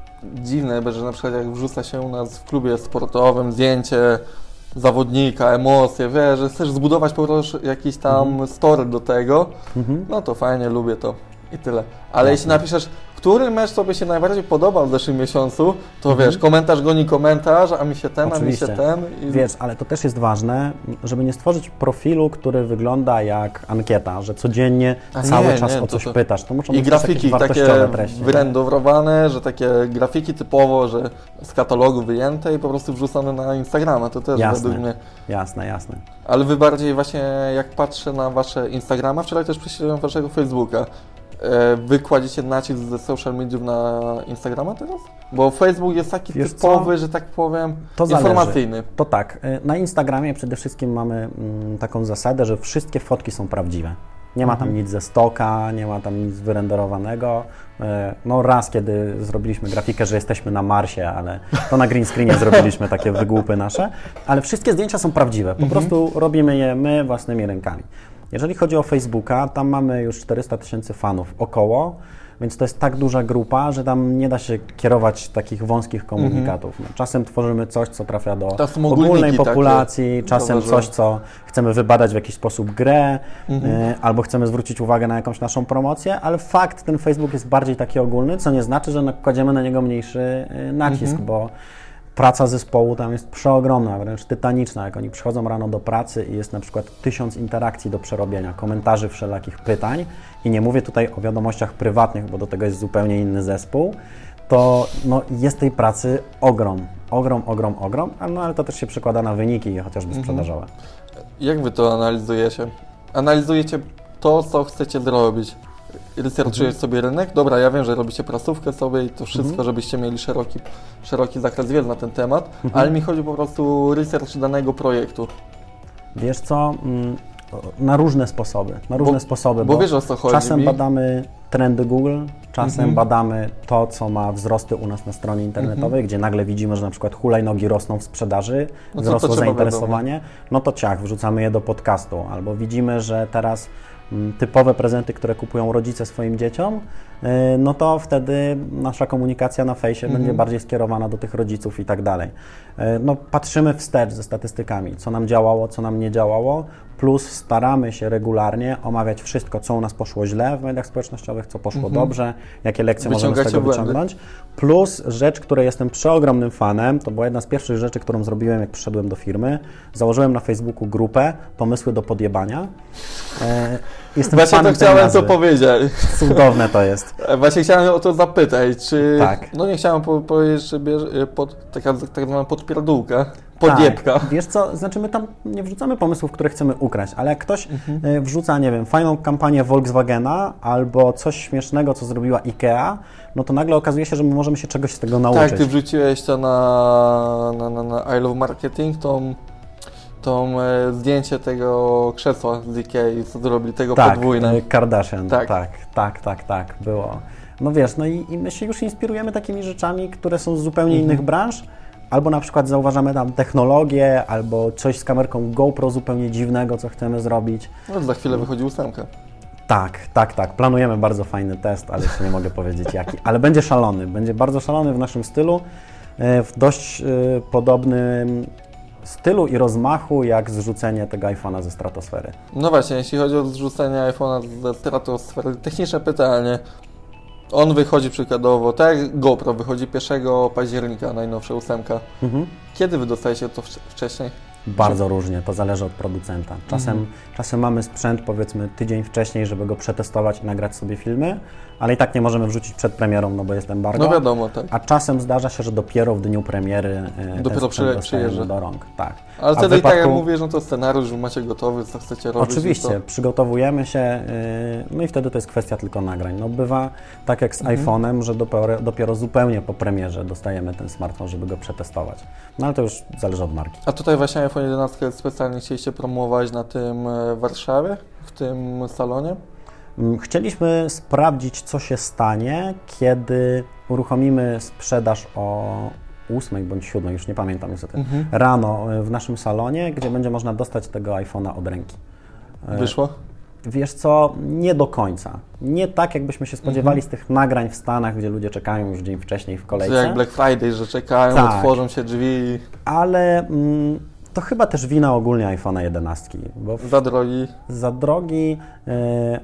[SPEAKER 1] dziwne, że na przykład jak wrzuca się u nas w klubie sportowym zdjęcie zawodnika, emocje, wiesz, że chcesz zbudować po prostu jakiś tam mhm. story do tego, mhm. no to fajnie, lubię to i tyle. Ale Jasne. jeśli napiszesz, który mecz Tobie się najbardziej podobał w zeszłym miesiącu, to mhm. wiesz, komentarz goni komentarz, a mi się ten,
[SPEAKER 2] Oczywiście.
[SPEAKER 1] a mi się ten. I...
[SPEAKER 2] Wiesz, ale to też jest ważne, żeby nie stworzyć profilu, który wygląda jak ankieta, że codziennie
[SPEAKER 1] a
[SPEAKER 2] cały
[SPEAKER 1] nie,
[SPEAKER 2] czas
[SPEAKER 1] nie,
[SPEAKER 2] o coś
[SPEAKER 1] to, to...
[SPEAKER 2] pytasz. To muszą
[SPEAKER 1] I
[SPEAKER 2] być
[SPEAKER 1] grafiki takie
[SPEAKER 2] treści,
[SPEAKER 1] wyrendorowane, że takie grafiki typowo, że z katalogu wyjęte i po prostu wrzucone na Instagrama, to też
[SPEAKER 2] jasne,
[SPEAKER 1] według mnie.
[SPEAKER 2] Jasne, jasne.
[SPEAKER 1] Ale Wy bardziej właśnie, jak patrzę na Wasze Instagrama, wczoraj też prześledziłem Waszego Facebooka, Wy kładziecie nacisk ze social mediów na Instagrama teraz? Bo Facebook jest taki Wiesz typowy, co? że tak powiem,
[SPEAKER 2] to
[SPEAKER 1] informacyjny.
[SPEAKER 2] Zależy. To tak, na Instagramie przede wszystkim mamy mm, taką zasadę, że wszystkie fotki są prawdziwe. Nie ma tam mhm. nic ze stoka, nie ma tam nic wyrenderowanego. No raz, kiedy zrobiliśmy grafikę, że jesteśmy na Marsie, ale to na green screenie zrobiliśmy takie wygłupy nasze, ale wszystkie zdjęcia są prawdziwe. Po mhm. prostu robimy je my własnymi rękami. Jeżeli chodzi o Facebooka, tam mamy już czterysta tysięcy fanów około, więc to jest tak duża grupa, że tam nie da się kierować takich wąskich komunikatów. No, czasem tworzymy coś, co trafia do ogólnej populacji, czasem
[SPEAKER 1] zauważyłem.
[SPEAKER 2] coś, co chcemy wybadać w jakiś sposób grę,
[SPEAKER 1] mhm.
[SPEAKER 2] y, albo chcemy zwrócić uwagę na jakąś naszą promocję, ale fakt, ten Facebook jest bardziej taki ogólny, co nie znaczy, że kładziemy na niego mniejszy y, nacisk, mhm. bo praca zespołu tam jest przeogromna, wręcz tytaniczna. Jak oni przychodzą rano do pracy i jest na przykład tysiąc interakcji do przerobienia, komentarzy, wszelakich pytań i nie mówię tutaj o wiadomościach prywatnych, bo do tego jest zupełnie inny zespół, to no, jest tej pracy ogrom, ogrom, ogrom, ogrom, no, ale to też się przekłada na wyniki chociażby sprzedażowe.
[SPEAKER 1] Jak Wy to analizujecie? Analizujecie to, co chcecie zrobić. Researchujesz mhm. sobie rynek? Dobra, ja wiem, że robicie prasówkę sobie i to wszystko, mhm. żebyście mieli szeroki, szeroki zakres wiedzy na ten temat, mhm. ale mi chodzi po prostu research danego projektu.
[SPEAKER 2] Wiesz co, na różne sposoby, na różne
[SPEAKER 1] bo,
[SPEAKER 2] sposoby,
[SPEAKER 1] bo,
[SPEAKER 2] bo
[SPEAKER 1] wiesz, o co chodzi
[SPEAKER 2] czasem
[SPEAKER 1] mi?
[SPEAKER 2] badamy trendy Google, czasem
[SPEAKER 1] mhm.
[SPEAKER 2] badamy to, co ma wzrosty u nas na stronie internetowej, mhm. gdzie nagle widzimy, że na przykład hulajnogi rosną w sprzedaży, no wzrosło zainteresowanie, wiadomo. No to ciach, wrzucamy je do podcastu, albo widzimy, że teraz m, typowe prezenty, które kupują rodzice swoim dzieciom, y, no to wtedy nasza komunikacja na fejsie mhm. będzie bardziej skierowana do tych rodziców i tak dalej. Y, no patrzymy wstecz ze statystykami, co nam działało, co nam nie działało, plus staramy się regularnie omawiać wszystko, co u nas poszło źle w mediach społecznościowych, co poszło mhm. dobrze, jakie lekcje możemy z tego
[SPEAKER 1] błędy.
[SPEAKER 2] wyciągnąć. Plus rzecz, której jestem przeogromnym fanem, to była jedna z pierwszych rzeczy, którą zrobiłem, jak przyszedłem do firmy. Założyłem na Facebooku grupę Pomysły do podjebania. E, jestem
[SPEAKER 1] Właśnie
[SPEAKER 2] fanem
[SPEAKER 1] to chciałem
[SPEAKER 2] nazwy.
[SPEAKER 1] to powiedzieć.
[SPEAKER 2] Cudowne to jest.
[SPEAKER 1] Właśnie chciałem o to zapytać, czy...
[SPEAKER 2] Tak.
[SPEAKER 1] No nie chciałem po, powiedzieć, że bierze, pod, taka tak zwana podpierdółka. Podjebka.
[SPEAKER 2] Tak. Wiesz co, znaczy my tam nie wrzucamy pomysłów, które chcemy ukraść, ale jak ktoś mhm. wrzuca, nie wiem, fajną kampanię Volkswagena albo coś śmiesznego, co zrobiła IKEA, no to nagle okazuje się, że my możemy się czegoś z tego nauczyć.
[SPEAKER 1] Tak, ty wrzuciłeś to na, na, na, na I Love Marketing, tą, tą e, zdjęcie tego krzesła z IKEA, co zrobili tego
[SPEAKER 2] tak,
[SPEAKER 1] podwójne.
[SPEAKER 2] Kardashian,
[SPEAKER 1] tak.
[SPEAKER 2] tak, tak, tak, tak, było. No wiesz, no i, i my się już inspirujemy takimi rzeczami, które są z zupełnie mhm. innych branż. Albo na przykład zauważamy tam technologię, albo coś z kamerką GoPro zupełnie dziwnego, co chcemy zrobić.
[SPEAKER 1] No za chwilę wychodzi ósemka.
[SPEAKER 2] Tak, tak, tak. Planujemy bardzo fajny test, ale jeszcze nie mogę powiedzieć jaki. Ale będzie szalony, będzie bardzo szalony w naszym stylu, w dość podobnym stylu i rozmachu, jak zrzucenie tego iPhone'a ze stratosfery.
[SPEAKER 1] No właśnie, jeśli chodzi o zrzucenie iPhone'a ze stratosfery, techniczne pytanie. On wychodzi przykładowo, tak jak GoPro wychodzi pierwszego października, najnowsza ósemka. Mhm. Kiedy wy dostajecie to wcześniej?
[SPEAKER 2] Bardzo różnie, to zależy od producenta. Czasem, mhm. czasem mamy sprzęt, powiedzmy, tydzień wcześniej, żeby go przetestować i nagrać sobie filmy, ale i tak nie możemy wrzucić przed premierą, no bo jest embargo.
[SPEAKER 1] No wiadomo, tak.
[SPEAKER 2] A czasem zdarza się, że dopiero w dniu premiery
[SPEAKER 1] dopiero przy, przyjeżdża
[SPEAKER 2] do rąk. Tak.
[SPEAKER 1] Ale wtedy wypadku... i tak jak mówisz, no to scenariusz macie gotowy, co chcecie robić.
[SPEAKER 2] Oczywiście,
[SPEAKER 1] to...
[SPEAKER 2] przygotowujemy się, no i wtedy to jest kwestia tylko nagrań. No bywa tak jak z mhm. iPhone'em, że dopiero, dopiero zupełnie po premierze dostajemy ten smartfon, żeby go przetestować. No ale to już zależy od marki.
[SPEAKER 1] A tutaj właśnie iPhone jedenaście specjalnie chcieliście promować na tym w Warszawie, w tym salonie?
[SPEAKER 2] Chcieliśmy sprawdzić, co się stanie, kiedy uruchomimy sprzedaż o ósmej bądź siódmej, już nie pamiętam niestety, mhm. rano w naszym salonie, gdzie będzie można dostać tego iPhone'a od ręki.
[SPEAKER 1] Wyszło?
[SPEAKER 2] Wiesz co, nie do końca. Nie tak, jakbyśmy się spodziewali mhm. z tych nagrań w Stanach, gdzie ludzie czekają już dzień wcześniej w kolejce.
[SPEAKER 1] To jak Black Friday, że czekają, tak. otworzą się drzwi.
[SPEAKER 2] Ale mm, to chyba też wina ogólnie iPhone'a jedenaście. Bo w,
[SPEAKER 1] za drogi.
[SPEAKER 2] Za drogi. Yy,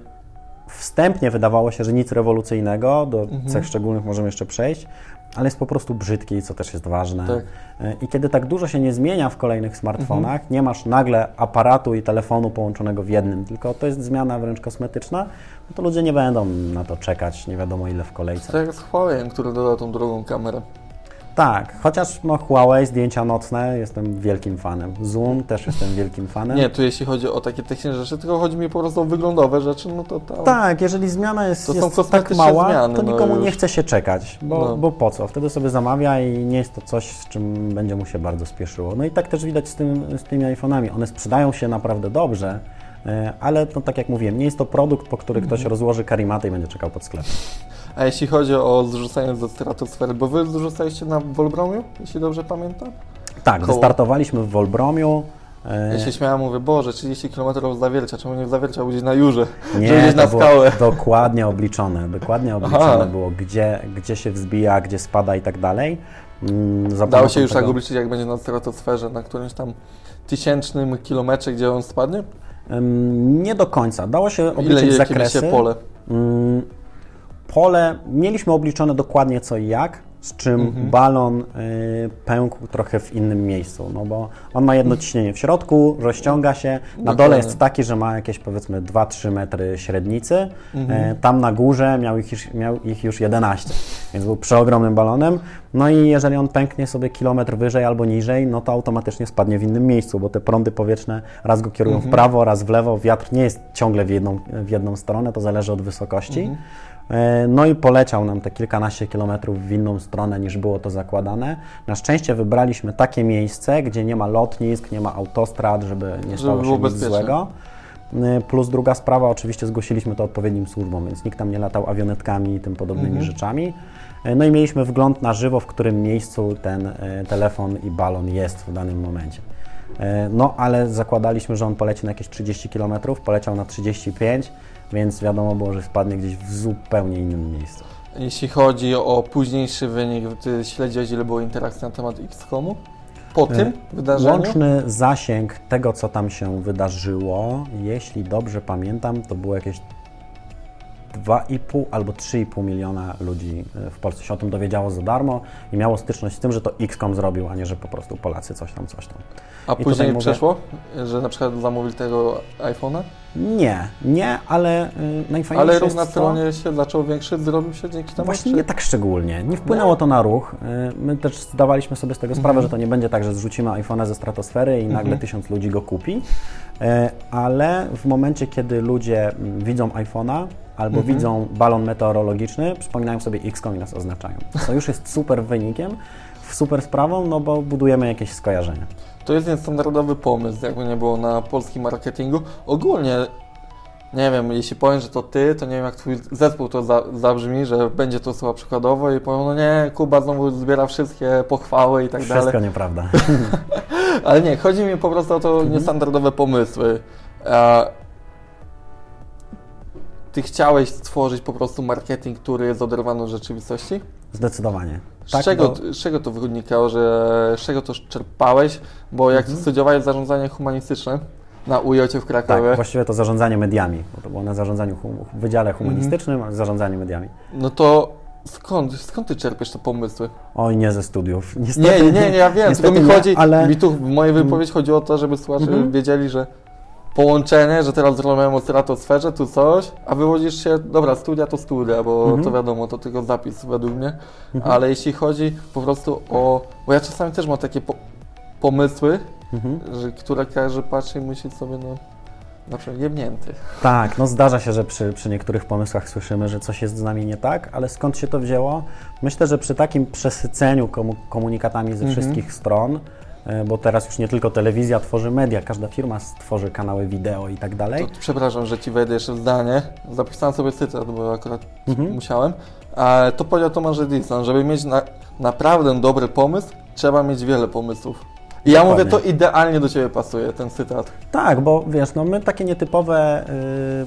[SPEAKER 2] wstępnie wydawało się, że nic rewolucyjnego, do mhm. cech szczególnych możemy jeszcze przejść, ale jest po prostu brzydki, co też jest ważne. Tak. I kiedy tak dużo się nie zmienia w kolejnych smartfonach, mhm. nie masz nagle aparatu i telefonu połączonego w jednym, tylko to jest zmiana wręcz kosmetyczna, no to ludzie nie będą na to czekać nie wiadomo ile w kolejce.
[SPEAKER 1] Tak jak z Huawei, który dodał tą drugą kamerę.
[SPEAKER 2] Tak, chociaż no, Huawei, zdjęcia nocne, jestem wielkim fanem. Zoom też jestem wielkim fanem.
[SPEAKER 1] Nie, tu jeśli chodzi o takie techniczne rzeczy, tylko chodzi mi po prostu o wyglądowe rzeczy, no to tam...
[SPEAKER 2] Tak, jeżeli zmiana jest,
[SPEAKER 1] to
[SPEAKER 2] jest
[SPEAKER 1] są
[SPEAKER 2] tak mała,
[SPEAKER 1] zmiany,
[SPEAKER 2] to
[SPEAKER 1] no
[SPEAKER 2] nikomu
[SPEAKER 1] już.
[SPEAKER 2] nie chce się czekać, bo, no. bo po co? Wtedy sobie zamawia i nie jest to coś, z czym będzie mu się bardzo spieszyło. No i tak też widać z, tym, z tymi iPhone'ami. One sprzedają się naprawdę dobrze, ale no, tak jak mówiłem, nie jest to produkt, po który ktoś rozłoży karimatę i będzie czekał pod sklepem.
[SPEAKER 1] A jeśli chodzi o zrzucanie ze stratosfery, bo wy zrzucaliście na Wolbromiu, jeśli dobrze pamiętam?
[SPEAKER 2] Tak, Koło. wystartowaliśmy w Wolbromiu.
[SPEAKER 1] Ja się śmiałem, mówię, Boże, trzydzieści kilometrów od Zawiercia, czemu nie w Zawiercia, gdzieś na Jurze,
[SPEAKER 2] nie,
[SPEAKER 1] gdzieś na skałę?
[SPEAKER 2] Dokładnie obliczone, dokładnie obliczone Aha. było, gdzie, gdzie się wzbija, gdzie spada i tak dalej.
[SPEAKER 1] Mm, Dało się już tego... tak obliczyć, jak będzie na stratosferze, na którymś tam tysięcznym kilometrze, gdzie on spadnie?
[SPEAKER 2] Um, nie do końca. Dało się obliczyć
[SPEAKER 1] Ile,
[SPEAKER 2] zakresy.
[SPEAKER 1] Ile pole?
[SPEAKER 2] Um, pole, mieliśmy obliczone dokładnie co i jak, z czym mhm. balon y, pękł trochę w innym miejscu, no bo on ma jedno ciśnienie w środku, rozciąga się, na Dokładnie. dole jest taki, że ma jakieś powiedzmy dwa trzy metry średnicy, mhm. y, tam na górze miał ich, już, miał ich już jedenaście, więc był przeogromnym balonem, no i jeżeli on pęknie sobie kilometr wyżej albo niżej, no to automatycznie spadnie w innym miejscu, bo te prądy powietrzne raz go kierują mhm. w prawo, raz w lewo, wiatr nie jest ciągle w jedną, w jedną stronę, to zależy od wysokości. Mhm. No i poleciał nam te kilkanaście kilometrów w inną stronę niż było to zakładane. Na szczęście wybraliśmy takie miejsce, gdzie nie ma lotnisk, nie ma autostrad, żeby nie stało się nic złego. Plus druga sprawa, oczywiście zgłosiliśmy to odpowiednim służbom, więc nikt tam nie latał awionetkami i tym podobnymi mhm. rzeczami. No i mieliśmy wgląd na żywo, w którym miejscu ten telefon i balon jest w danym momencie. No ale zakładaliśmy, że on poleci na jakieś trzydzieści kilometrów, poleciał na trzydzieści pięć, więc wiadomo było, że spadnie gdzieś w zupełnie innym miejscu.
[SPEAKER 1] Jeśli chodzi o późniejszy wynik, ty śledziłeś, ile było interakcji na temat X COM-u? Po tym wydarzeniu?
[SPEAKER 2] Łączny zasięg tego, co tam się wydarzyło, jeśli dobrze pamiętam, to było jakieś dwa i pół albo trzy i pół miliona ludzi w Polsce się o tym dowiedziało za darmo i miało styczność z tym, że to X COM zrobił, a nie, że po prostu Polacy coś tam, coś tam.
[SPEAKER 1] A I później mówię, przeszło, że na przykład zamówili tego iPhone'a?
[SPEAKER 2] Nie, nie, ale y, najfajniejsze
[SPEAKER 1] Ale
[SPEAKER 2] jest
[SPEAKER 1] ruch na
[SPEAKER 2] to,
[SPEAKER 1] stronie się zaczął większy, zrobił się dzięki temu?
[SPEAKER 2] Właśnie czy... nie tak szczególnie. Nie wpłynęło to na ruch. Y, my też zdawaliśmy sobie z tego sprawę, mhm. że to nie będzie tak, że zrzucimy iPhone'a ze stratosfery i nagle mhm. tysiąc ludzi go kupi, y, ale w momencie, kiedy ludzie widzą iPhone'a, albo mhm. widzą balon meteorologiczny, przypominają sobie X COM i nas oznaczają. To już jest super wynikiem, super sprawą, no bo budujemy jakieś skojarzenia.
[SPEAKER 1] To jest niestandardowy pomysł, jakby nie było na polskim marketingu. Ogólnie, nie wiem, jeśli powiem, że to ty, to nie wiem, jak twój zespół to za, zabrzmi, że będzie to słowa przykładowo i powiem, no nie, Kuba znowu zbiera wszystkie pochwały i tak
[SPEAKER 2] Wszystko
[SPEAKER 1] dalej.
[SPEAKER 2] Wszystko nieprawda.
[SPEAKER 1] Ale nie, chodzi mi po prostu o to mhm. niestandardowe pomysły. Ty chciałeś stworzyć po prostu marketing, który jest oderwany od rzeczywistości?
[SPEAKER 2] Zdecydowanie.
[SPEAKER 1] Z,
[SPEAKER 2] tak,
[SPEAKER 1] czego,
[SPEAKER 2] bo...
[SPEAKER 1] z czego to wynikało, że z czego to czerpałeś? Bo jak mhm. studiowałeś zarządzanie humanistyczne na U J-cie w Krakowie...
[SPEAKER 2] Tak, właściwie to zarządzanie mediami, bo to było na zarządzaniu hum, Wydziale Humanistycznym, mhm. zarządzanie mediami.
[SPEAKER 1] No to skąd, skąd ty czerpiesz te pomysły?
[SPEAKER 2] Oj, nie ze studiów. Niestety,
[SPEAKER 1] nie, nie, nie, ja wiem, tylko mi
[SPEAKER 2] nie,
[SPEAKER 1] chodzi,
[SPEAKER 2] ale...
[SPEAKER 1] mi tu w mojej wypowiedzi chodziło o to, żeby słuchacze mhm. wiedzieli, że połączenie, że teraz rozmawiamy o stratosferze, tu coś, a wywodzisz się, dobra, studia to studia, bo mhm. to wiadomo, to tylko zapis według mnie, mhm. ale jeśli chodzi po prostu o, bo ja czasami też mam takie po, pomysły, mhm. że, które każdy patrzy i myśli sobie, no, na przykład jebnięty.
[SPEAKER 2] Tak, no zdarza się, że przy, przy niektórych pomysłach słyszymy, że coś jest z nami nie tak, ale skąd się to wzięło? Myślę, że przy takim przesyceniu komu- komunikatami ze mhm. wszystkich stron, bo teraz już nie tylko telewizja tworzy media, każda firma tworzy kanały wideo i tak dalej.
[SPEAKER 1] To, przepraszam, że Ci wejdę jeszcze w zdanie. Zapisałem sobie cytat, bo akurat mhm. musiałem. A to powiedział Tomasz Edison, żeby mieć na, naprawdę dobry pomysł, trzeba mieć wiele pomysłów. I ja Dokładnie. mówię, to idealnie do Ciebie pasuje, ten cytat.
[SPEAKER 2] Tak, bo wiesz, no my takie nietypowe y,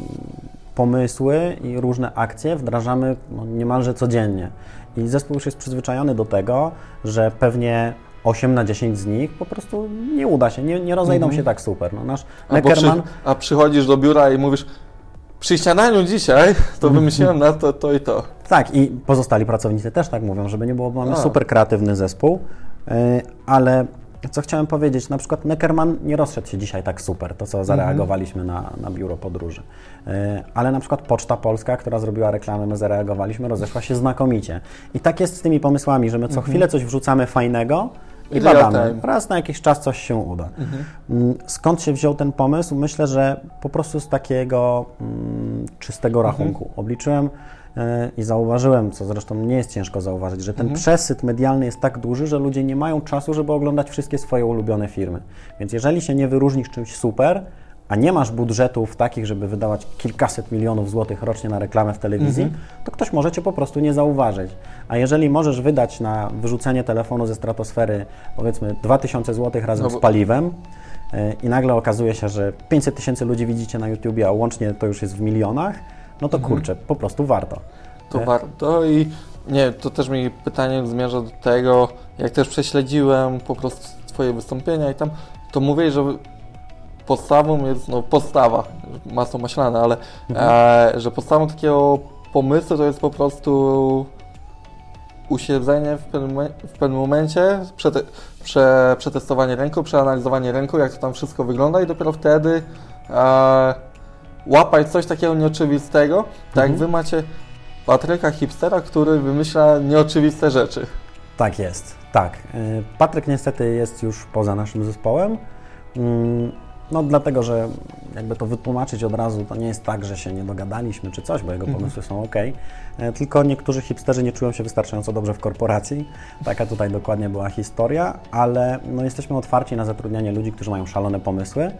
[SPEAKER 2] pomysły i różne akcje wdrażamy no, niemalże codziennie. I zespół już jest przyzwyczajony do tego, że pewnie osiem na dziesięć z nich po prostu nie uda się, nie, nie rozejdą mm-hmm. się tak super. No, nasz Neckermann...
[SPEAKER 1] przy, a przychodzisz do biura i mówisz, przy śniadaniu dzisiaj to wymyśliłem na to, to i to.
[SPEAKER 2] Tak, i pozostali pracownicy też tak mówią, żeby nie było, bo mamy a. super kreatywny zespół, yy, ale co chciałem powiedzieć, na przykład Neckermann nie rozszedł się dzisiaj tak super, to co zareagowaliśmy mm-hmm. na, na biuro podróży, yy, ale na przykład Poczta Polska, która zrobiła reklamę, my zareagowaliśmy, rozeszła się znakomicie. I tak jest z tymi pomysłami, że my co mm-hmm. chwilę coś wrzucamy fajnego, i badamy. Raz na jakiś czas coś się uda. Mhm. Skąd się wziął ten pomysł? Myślę, że po prostu z takiego mm, czystego rachunku. Mhm. Obliczyłem y, i zauważyłem, co zresztą nie jest ciężko zauważyć, że ten mhm. przesyt medialny jest tak duży, że ludzie nie mają czasu, żeby oglądać wszystkie swoje ulubione firmy. Więc jeżeli się nie wyróżnisz czymś super, a nie masz budżetów takich, żeby wydawać kilkaset milionów złotych rocznie na reklamę w telewizji, mhm. to ktoś może Cię po prostu nie zauważyć. A jeżeli możesz wydać na wyrzucenie telefonu ze stratosfery powiedzmy dwa tysiące złotych razem no bo... z paliwem yy, i nagle okazuje się, że pięćset tysięcy ludzi widzicie na YouTubie, a łącznie to już jest w milionach, no to mhm. kurczę, po prostu warto.
[SPEAKER 1] To yy. warto i nie, to też mi pytanie zmierza do tego, jak też prześledziłem po prostu Twoje wystąpienia i tam, to mówię, że podstawą jest, no podstawa, masło maślane, ale mhm. e, że podstawą takiego pomysłu to jest po prostu usiedzenie w pewnym, w pewnym momencie, przete, prze, przetestowanie rynku, przeanalizowanie rynku, jak to tam wszystko wygląda i dopiero wtedy e, łapać coś takiego nieoczywistego, mhm. tak jak Wy macie Patryka Hipstera, który wymyśla nieoczywiste rzeczy.
[SPEAKER 2] Tak jest, tak. Patryk niestety jest już poza naszym zespołem. No dlatego, że jakby to wytłumaczyć od razu, to nie jest tak, że się nie dogadaliśmy czy coś, bo jego pomysły są ok, tylko niektórzy hipsterzy nie czują się wystarczająco dobrze w korporacji. Taka tutaj dokładnie była historia, ale no, jesteśmy otwarci na zatrudnianie ludzi, którzy mają szalone pomysły.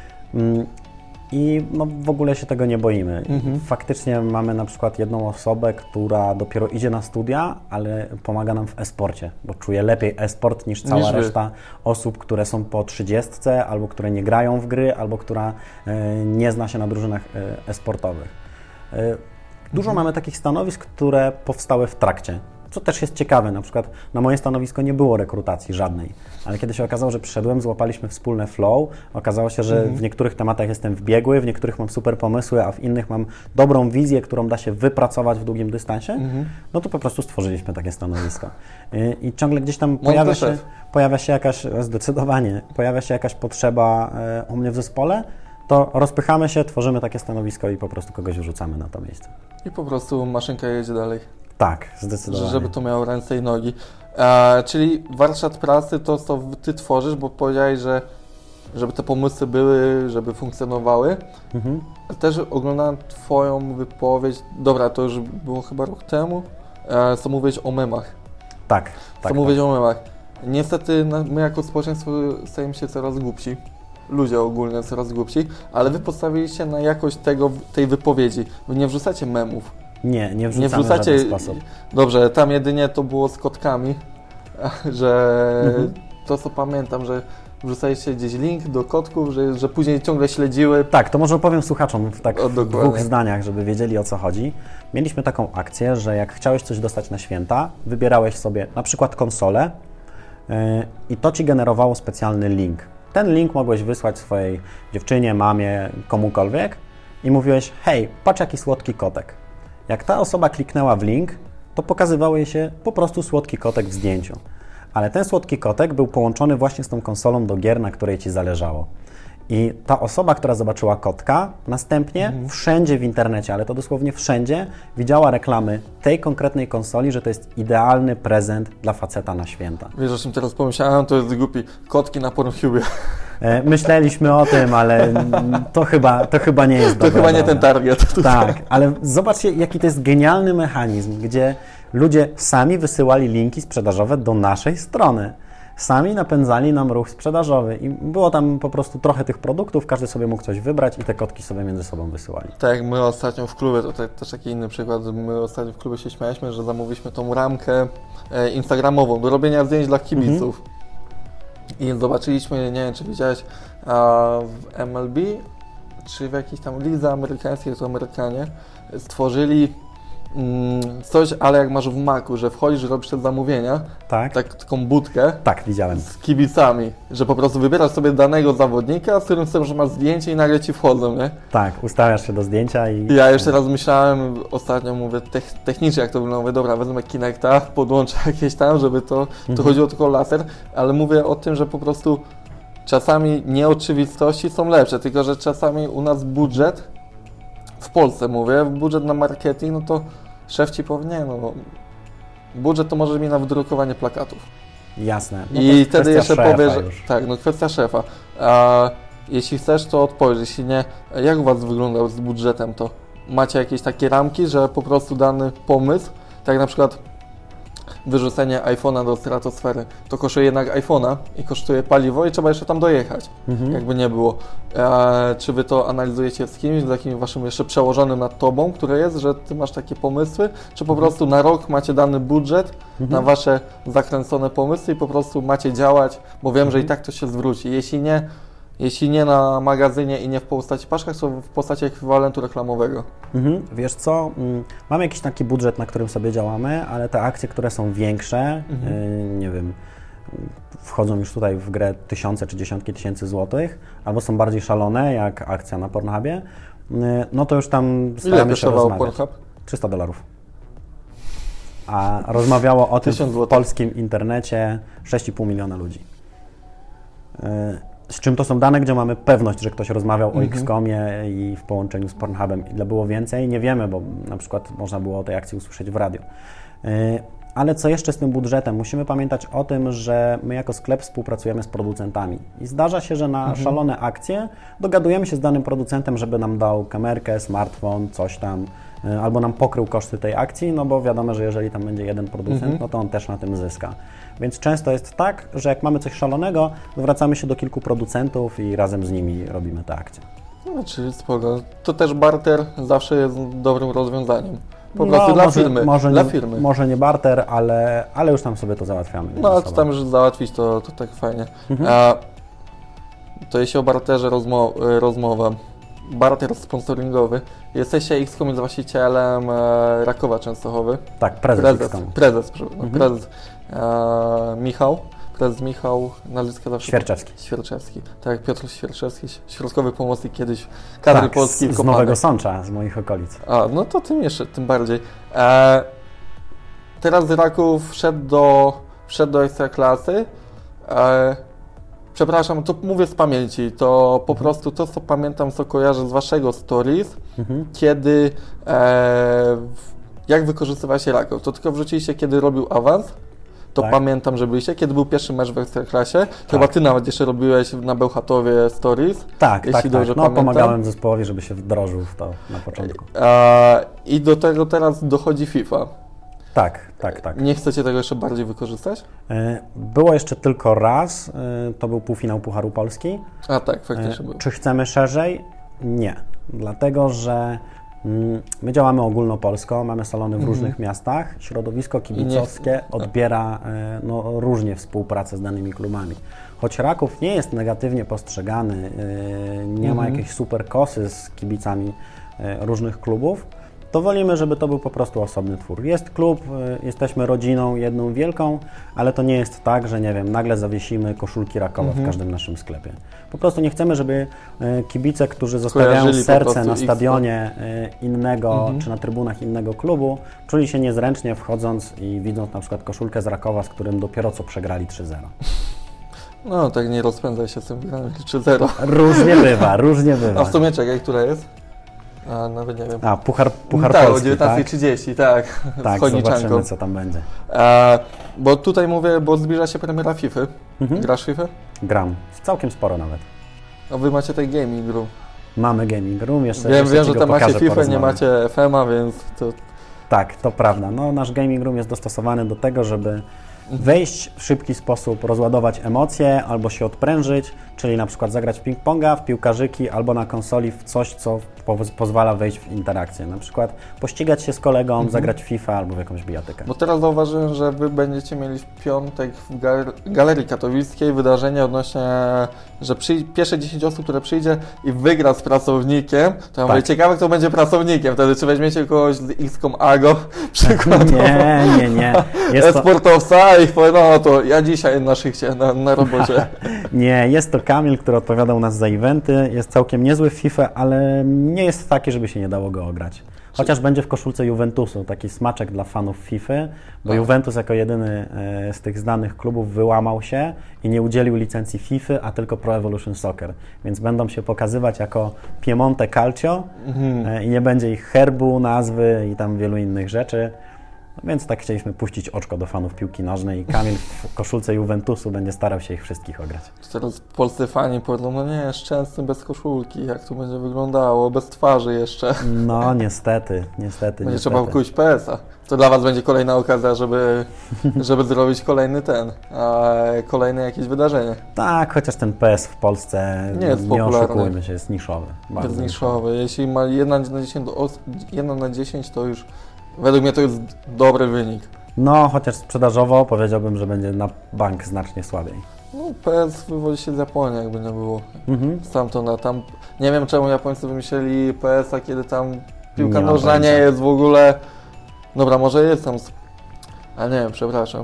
[SPEAKER 2] I no, w ogóle się tego nie boimy. Mhm. Faktycznie mamy na przykład jedną osobę, która dopiero idzie na studia, ale pomaga nam w e-sporcie, bo czuje lepiej e-sport niż cała niż reszta osób, które są po trzydziestce, albo które nie grają w gry, albo która e, nie zna się na drużynach e, e-sportowych. E, dużo mhm. mamy takich stanowisk, które powstały w trakcie. Co też jest ciekawe, na przykład na moje stanowisko nie było rekrutacji żadnej, ale kiedy się okazało, że przyszedłem, złapaliśmy wspólne flow, okazało się, że mhm. w niektórych tematach jestem wbiegły, w niektórych mam super pomysły, a w innych mam dobrą wizję, którą da się wypracować w długim dystansie, mhm. no to po prostu stworzyliśmy takie stanowisko. I, i ciągle gdzieś tam pojawia się, pojawia się jakaś, zdecydowanie, pojawia się jakaś potrzeba e, u mnie w zespole, to rozpychamy się, tworzymy takie stanowisko i po prostu kogoś wrzucamy na to miejsce.
[SPEAKER 1] I po prostu maszynka jedzie dalej.
[SPEAKER 2] Tak, zdecydowanie.
[SPEAKER 1] Żeby to miało ręce i nogi. E, czyli warsztat pracy to, co Ty tworzysz, bo powiedziałeś, że żeby te pomysły były, żeby funkcjonowały. Mhm. Też oglądałem Twoją wypowiedź, dobra, to już było chyba rok temu, e, co mówiłeś o memach.
[SPEAKER 2] Tak,
[SPEAKER 1] co
[SPEAKER 2] tak. Co
[SPEAKER 1] mówiłeś
[SPEAKER 2] tak.
[SPEAKER 1] o memach. Niestety my jako społeczeństwo stajemy się coraz głupsi. Ludzie ogólnie coraz głupsi, ale Wy postawiliście na jakość tego, tej wypowiedzi. Wy nie wrzucacie memów.
[SPEAKER 2] Nie, nie wrzucamy nie wrzucacie, w żaden sposób.
[SPEAKER 1] Dobrze, tam jedynie to było z kotkami, że mhm. to co pamiętam, że wrzucaliście gdzieś link do kotków, że, że później ciągle śledziły.
[SPEAKER 2] Tak, to może opowiem słuchaczom w tak o, w dwóch zdaniach, żeby wiedzieli o co chodzi. Mieliśmy taką akcję, że jak chciałeś coś dostać na święta, wybierałeś sobie na przykład konsolę yy, i to Ci generowało specjalny link. Ten link mogłeś wysłać swojej dziewczynie, mamie, komukolwiek i mówiłeś, hej, patrz jaki słodki kotek. Jak ta osoba kliknęła w link, to pokazywało jej się po prostu słodki kotek w zdjęciu. Ale ten słodki kotek był połączony właśnie z tą konsolą do gier, na której Ci zależało. I ta osoba, która zobaczyła kotka, następnie mhm. wszędzie w internecie, ale to dosłownie wszędzie, widziała reklamy tej konkretnej konsoli, że to jest idealny prezent dla faceta na święta.
[SPEAKER 1] Wiesz, o czym teraz pomyślałem? To jest głupi. Kotki na Pornhubie.
[SPEAKER 2] Myśleliśmy o tym, ale to chyba, to chyba nie jest dobre.
[SPEAKER 1] To chyba nie ten target.
[SPEAKER 2] Tak, ale zobaczcie, jaki to jest genialny mechanizm, gdzie ludzie sami wysyłali linki sprzedażowe do naszej strony. Sami napędzali nam ruch sprzedażowy i było tam po prostu trochę tych produktów, każdy sobie mógł coś wybrać i te kotki sobie między sobą wysyłali.
[SPEAKER 1] Tak jak my ostatnio w klubie, to też taki inny przykład, my ostatnio w klubie się śmialiśmy, że zamówiliśmy tą ramkę e, instagramową do robienia zdjęć dla kibiców. Mhm. I zobaczyliśmy, nie wiem czy widziałeś, a w M L B, czy w jakiejś tam lidze amerykańskiej, to Amerykanie, stworzyli coś, ale jak masz w Macu, że wchodzisz, robisz te zamówienia, tak. tak, taką budkę
[SPEAKER 2] tak, widziałem.
[SPEAKER 1] z kibicami, że po prostu wybierasz sobie danego zawodnika, z którym chcesz, że masz zdjęcie i nagle Ci wchodzą, nie?
[SPEAKER 2] Tak, ustawiasz się do zdjęcia i...
[SPEAKER 1] Ja jeszcze raz myślałem, ostatnio mówię tech, technicznie jak to wygląda, mówię, dobra, wezmę Kinecta, podłączę jakieś tam, żeby to, mhm. to chodziło tylko o laser, ale mówię o tym, że po prostu czasami nieoczywistości są lepsze, tylko że czasami u nas budżet, w Polsce mówię, budżet na marketing, no to szef Ci powie, nie no, budżet to może mi na wydrukowanie plakatów.
[SPEAKER 2] Jasne. No
[SPEAKER 1] i wtedy jeszcze powie, że tak, no kwestia szefa. A jeśli chcesz, to odpowiedz, jeśli nie, jak u Was wygląda z budżetem, to macie jakieś takie ramki, że po prostu dany pomysł, tak na przykład wyrzucenie iPhone'a do stratosfery, to kosztuje jednak iPhone'a i kosztuje paliwo i trzeba jeszcze tam dojechać, mhm. jakby nie było. E, czy Wy to analizujecie z kimś, z jakimś Waszym jeszcze przełożonym nad Tobą, które jest, że Ty masz takie pomysły, czy po mhm. prostu na rok macie dany budżet mhm. na Wasze zakręcone pomysły i po prostu macie działać, bo wiem, mhm. że i tak to się zwróci. Jeśli nie, jeśli nie na magazynie i nie w postaci paczkach, to w postaci ekwiwalentu reklamowego.
[SPEAKER 2] Mhm. Wiesz co, mamy jakiś taki budżet, na którym sobie działamy, ale te akcje, które są większe, mhm. yy, nie wiem, wchodzą już tutaj w grę tysiące czy dziesiątki tysięcy złotych, albo są bardziej szalone, jak akcja na Pornhubie, yy, no to już tam staramy się rozmawiać.
[SPEAKER 1] Pornhub?
[SPEAKER 2] trzysta dolarów. A rozmawiało o tym w polskim internecie sześć i pół miliona ludzi. Yy, Z czym to są dane, gdzie mamy pewność, że ktoś rozmawiał mm-hmm. o X-Comie i w połączeniu z Pornhubem. Ile było więcej? Nie wiemy, bo na przykład można było o tej akcji usłyszeć w radiu. Yy, Ale co jeszcze z tym budżetem? Musimy pamiętać o tym, że my jako sklep współpracujemy z producentami i zdarza się, że na mhm. szalone akcje dogadujemy się z danym producentem, żeby nam dał kamerkę, smartfon, coś tam, albo nam pokrył koszty tej akcji, no bo wiadomo, że jeżeli tam będzie jeden producent, mhm. no to on też na tym zyska. Więc często jest tak, że jak mamy coś szalonego, zwracamy się do kilku producentów i razem z nimi robimy te akcje.
[SPEAKER 1] No, czyli spoko. To też barter zawsze jest dobrym rozwiązaniem. Po
[SPEAKER 2] no,
[SPEAKER 1] prostu dla
[SPEAKER 2] może,
[SPEAKER 1] firmy.
[SPEAKER 2] Może
[SPEAKER 1] dla
[SPEAKER 2] nie,
[SPEAKER 1] firmy.
[SPEAKER 2] Może nie barter, ale, ale już tam sobie to załatwiamy.
[SPEAKER 1] No, a co tam już załatwić, to, to tak fajnie. Mhm. A, to jeśli o barterze rozmo- rozmowa. Barter sponsoringowy. Jesteście X-Com jest właścicielem e, Rakowa Częstochowy.
[SPEAKER 2] Tak, prezes
[SPEAKER 1] Prezes,
[SPEAKER 2] X-Com.
[SPEAKER 1] prezes, no,
[SPEAKER 2] mhm.
[SPEAKER 1] prezes e, Michał. Prezes Michał, nazwisko zawsze...
[SPEAKER 2] Świerczewski.
[SPEAKER 1] Świerczewski. Tak jak Piotr Świerczewski, środkowy pomocnik kiedyś kadry
[SPEAKER 2] tak,
[SPEAKER 1] polskiej w
[SPEAKER 2] z
[SPEAKER 1] Kopanek.
[SPEAKER 2] Nowego Sącza, z moich okolic.
[SPEAKER 1] A, no to tym jeszcze, tym bardziej. E, teraz Raków wszedł do, wszedł do Ekstraklasy. E, przepraszam, to mówię z pamięci, to po mhm. prostu to, co pamiętam, co kojarzę z waszego stories, mhm. kiedy, e, jak wykorzystywaliście Raków. To tylko wrzuciliście, kiedy robił awans. To tak. Pamiętam, że byliście, kiedy był pierwszy mecz w Ekstraklasie. Tak. Chyba ty nawet jeszcze robiłeś na Bełchatowie stories.
[SPEAKER 2] Tak,
[SPEAKER 1] jeśli
[SPEAKER 2] tak,
[SPEAKER 1] dobrze
[SPEAKER 2] tak. No,
[SPEAKER 1] pamiętam.
[SPEAKER 2] pomagałem zespołowi, żeby się wdrożył w to na początku.
[SPEAKER 1] E, I do tego teraz dochodzi FIFA.
[SPEAKER 2] Tak, tak, tak.
[SPEAKER 1] Nie chcecie tego jeszcze bardziej wykorzystać?
[SPEAKER 2] Było jeszcze tylko raz, to był półfinał Pucharu Polski.
[SPEAKER 1] A tak, faktycznie był.
[SPEAKER 2] Czy chcemy szerzej? Nie, dlatego że my działamy ogólnopolsko, mamy salony w różnych mhm. miastach, środowisko kibicowskie odbiera no, różnie współpracę z danymi klubami. Choć Raków nie jest negatywnie postrzegany, nie mhm. ma jakiejś super kosy z kibicami różnych klubów, to wolimy, żeby to był po prostu osobny twór. Jest klub, jesteśmy rodziną jedną wielką, ale to nie jest tak, że nie wiem, nagle zawiesimy koszulki Rakowa mhm. w każdym naszym sklepie. Po prostu nie chcemy, żeby kibice, którzy zostawiają serce na stadionie innego, mhm. czy na trybunach innego klubu, czuli się niezręcznie wchodząc i widząc na przykład koszulkę z Rakowa, z którym dopiero co przegrali trzy zero.
[SPEAKER 1] No tak nie rozpędzaj się z tym trzy zero.
[SPEAKER 2] Różnie bywa, różnie bywa.
[SPEAKER 1] A w sumie czekaj, która jest? A, nawet nie wiem.
[SPEAKER 2] A, Puchar, puchar
[SPEAKER 1] tak,
[SPEAKER 2] Polski,
[SPEAKER 1] o dziewiętnasta trzydzieści, tak?
[SPEAKER 2] Tak,
[SPEAKER 1] tak
[SPEAKER 2] zobaczymy, co tam będzie.
[SPEAKER 1] E, bo tutaj mówię, bo zbliża się premiera FIFA. Mhm. Grasz FIFA?
[SPEAKER 2] Gram. Całkiem sporo nawet.
[SPEAKER 1] No wy macie tej gaming room.
[SPEAKER 2] Mamy gaming room, jeszcze
[SPEAKER 1] Wiem,
[SPEAKER 2] jeszcze
[SPEAKER 1] wiem że tam macie FIFA, nie
[SPEAKER 2] mamy.
[SPEAKER 1] macie F M a, więc to...
[SPEAKER 2] Tak, to prawda. No, nasz gaming room jest dostosowany do tego, żeby wejść w szybki sposób, rozładować emocje albo się odprężyć, czyli na przykład zagrać w ping-ponga, w piłkarzyki albo na konsoli w coś, co po pozwala wejść w interakcję. Na przykład pościgać się z kolegą, mhm. zagrać w FIFA albo w jakąś bijatykę.
[SPEAKER 1] Bo teraz zauważyłem, że wy będziecie mieli w piątek w gal Galerii Katowickiej wydarzenie odnośnie, że przy pierwsze dziesięć osób, które przyjdzie i wygra z pracownikiem, to ja tak. mówię, ciekawe kto będzie pracownikiem, wtedy czy weźmiecie kogoś z X-Com Ago przykładowo.
[SPEAKER 2] Nie, nie, nie.
[SPEAKER 1] Jest e-sportowca to... i powie, no to ja dzisiaj na szychcie, na, na robocie.
[SPEAKER 2] Nie, jest to Kamil, który odpowiadał u nas za eventy, jest całkiem niezły w FIFA, ale nie jest taki, żeby się nie dało go ograć. Chociaż będzie w koszulce Juventusu, taki smaczek dla fanów FIFA, bo Juventus jako jedyny z tych znanych klubów wyłamał się i nie udzielił licencji FIFA, a tylko Pro Evolution Soccer. Więc będą się pokazywać jako Piemonte Calcio mhm. i nie będzie ich herbu, nazwy i tam wielu innych rzeczy. No więc tak chcieliśmy puścić oczko do fanów piłki nożnej i Kamil w koszulce Juventusu będzie starał się ich wszystkich ograć.
[SPEAKER 1] Teraz polscy fani powiedzą, no nie, Szczęsny bez koszulki, jak to będzie wyglądało, bez twarzy jeszcze.
[SPEAKER 2] No niestety, niestety.
[SPEAKER 1] Będzie
[SPEAKER 2] niestety.
[SPEAKER 1] trzeba kupić P S a. To dla was będzie kolejna okazja, żeby, żeby zrobić kolejny ten, a kolejne jakieś wydarzenie.
[SPEAKER 2] Tak, chociaż ten P S w Polsce, nie, jest nie oszukujmy się, jest niszowy.
[SPEAKER 1] Jest niszowy. Jeśli ma jedna na dziesięć, jedna na dziesięć to już według mnie to jest dobry wynik.
[SPEAKER 2] No, chociaż sprzedażowo powiedziałbym, że będzie na bank znacznie słabiej.
[SPEAKER 1] No, P S wywodzi się z Japonii, jakby nie było. Mhm. Stamtąd, tam, nie wiem czemu Japońcy wymyśleli P S a, kiedy tam piłka nożna nie jest w ogóle... Dobra, może jest tam... A nie wiem, przepraszam.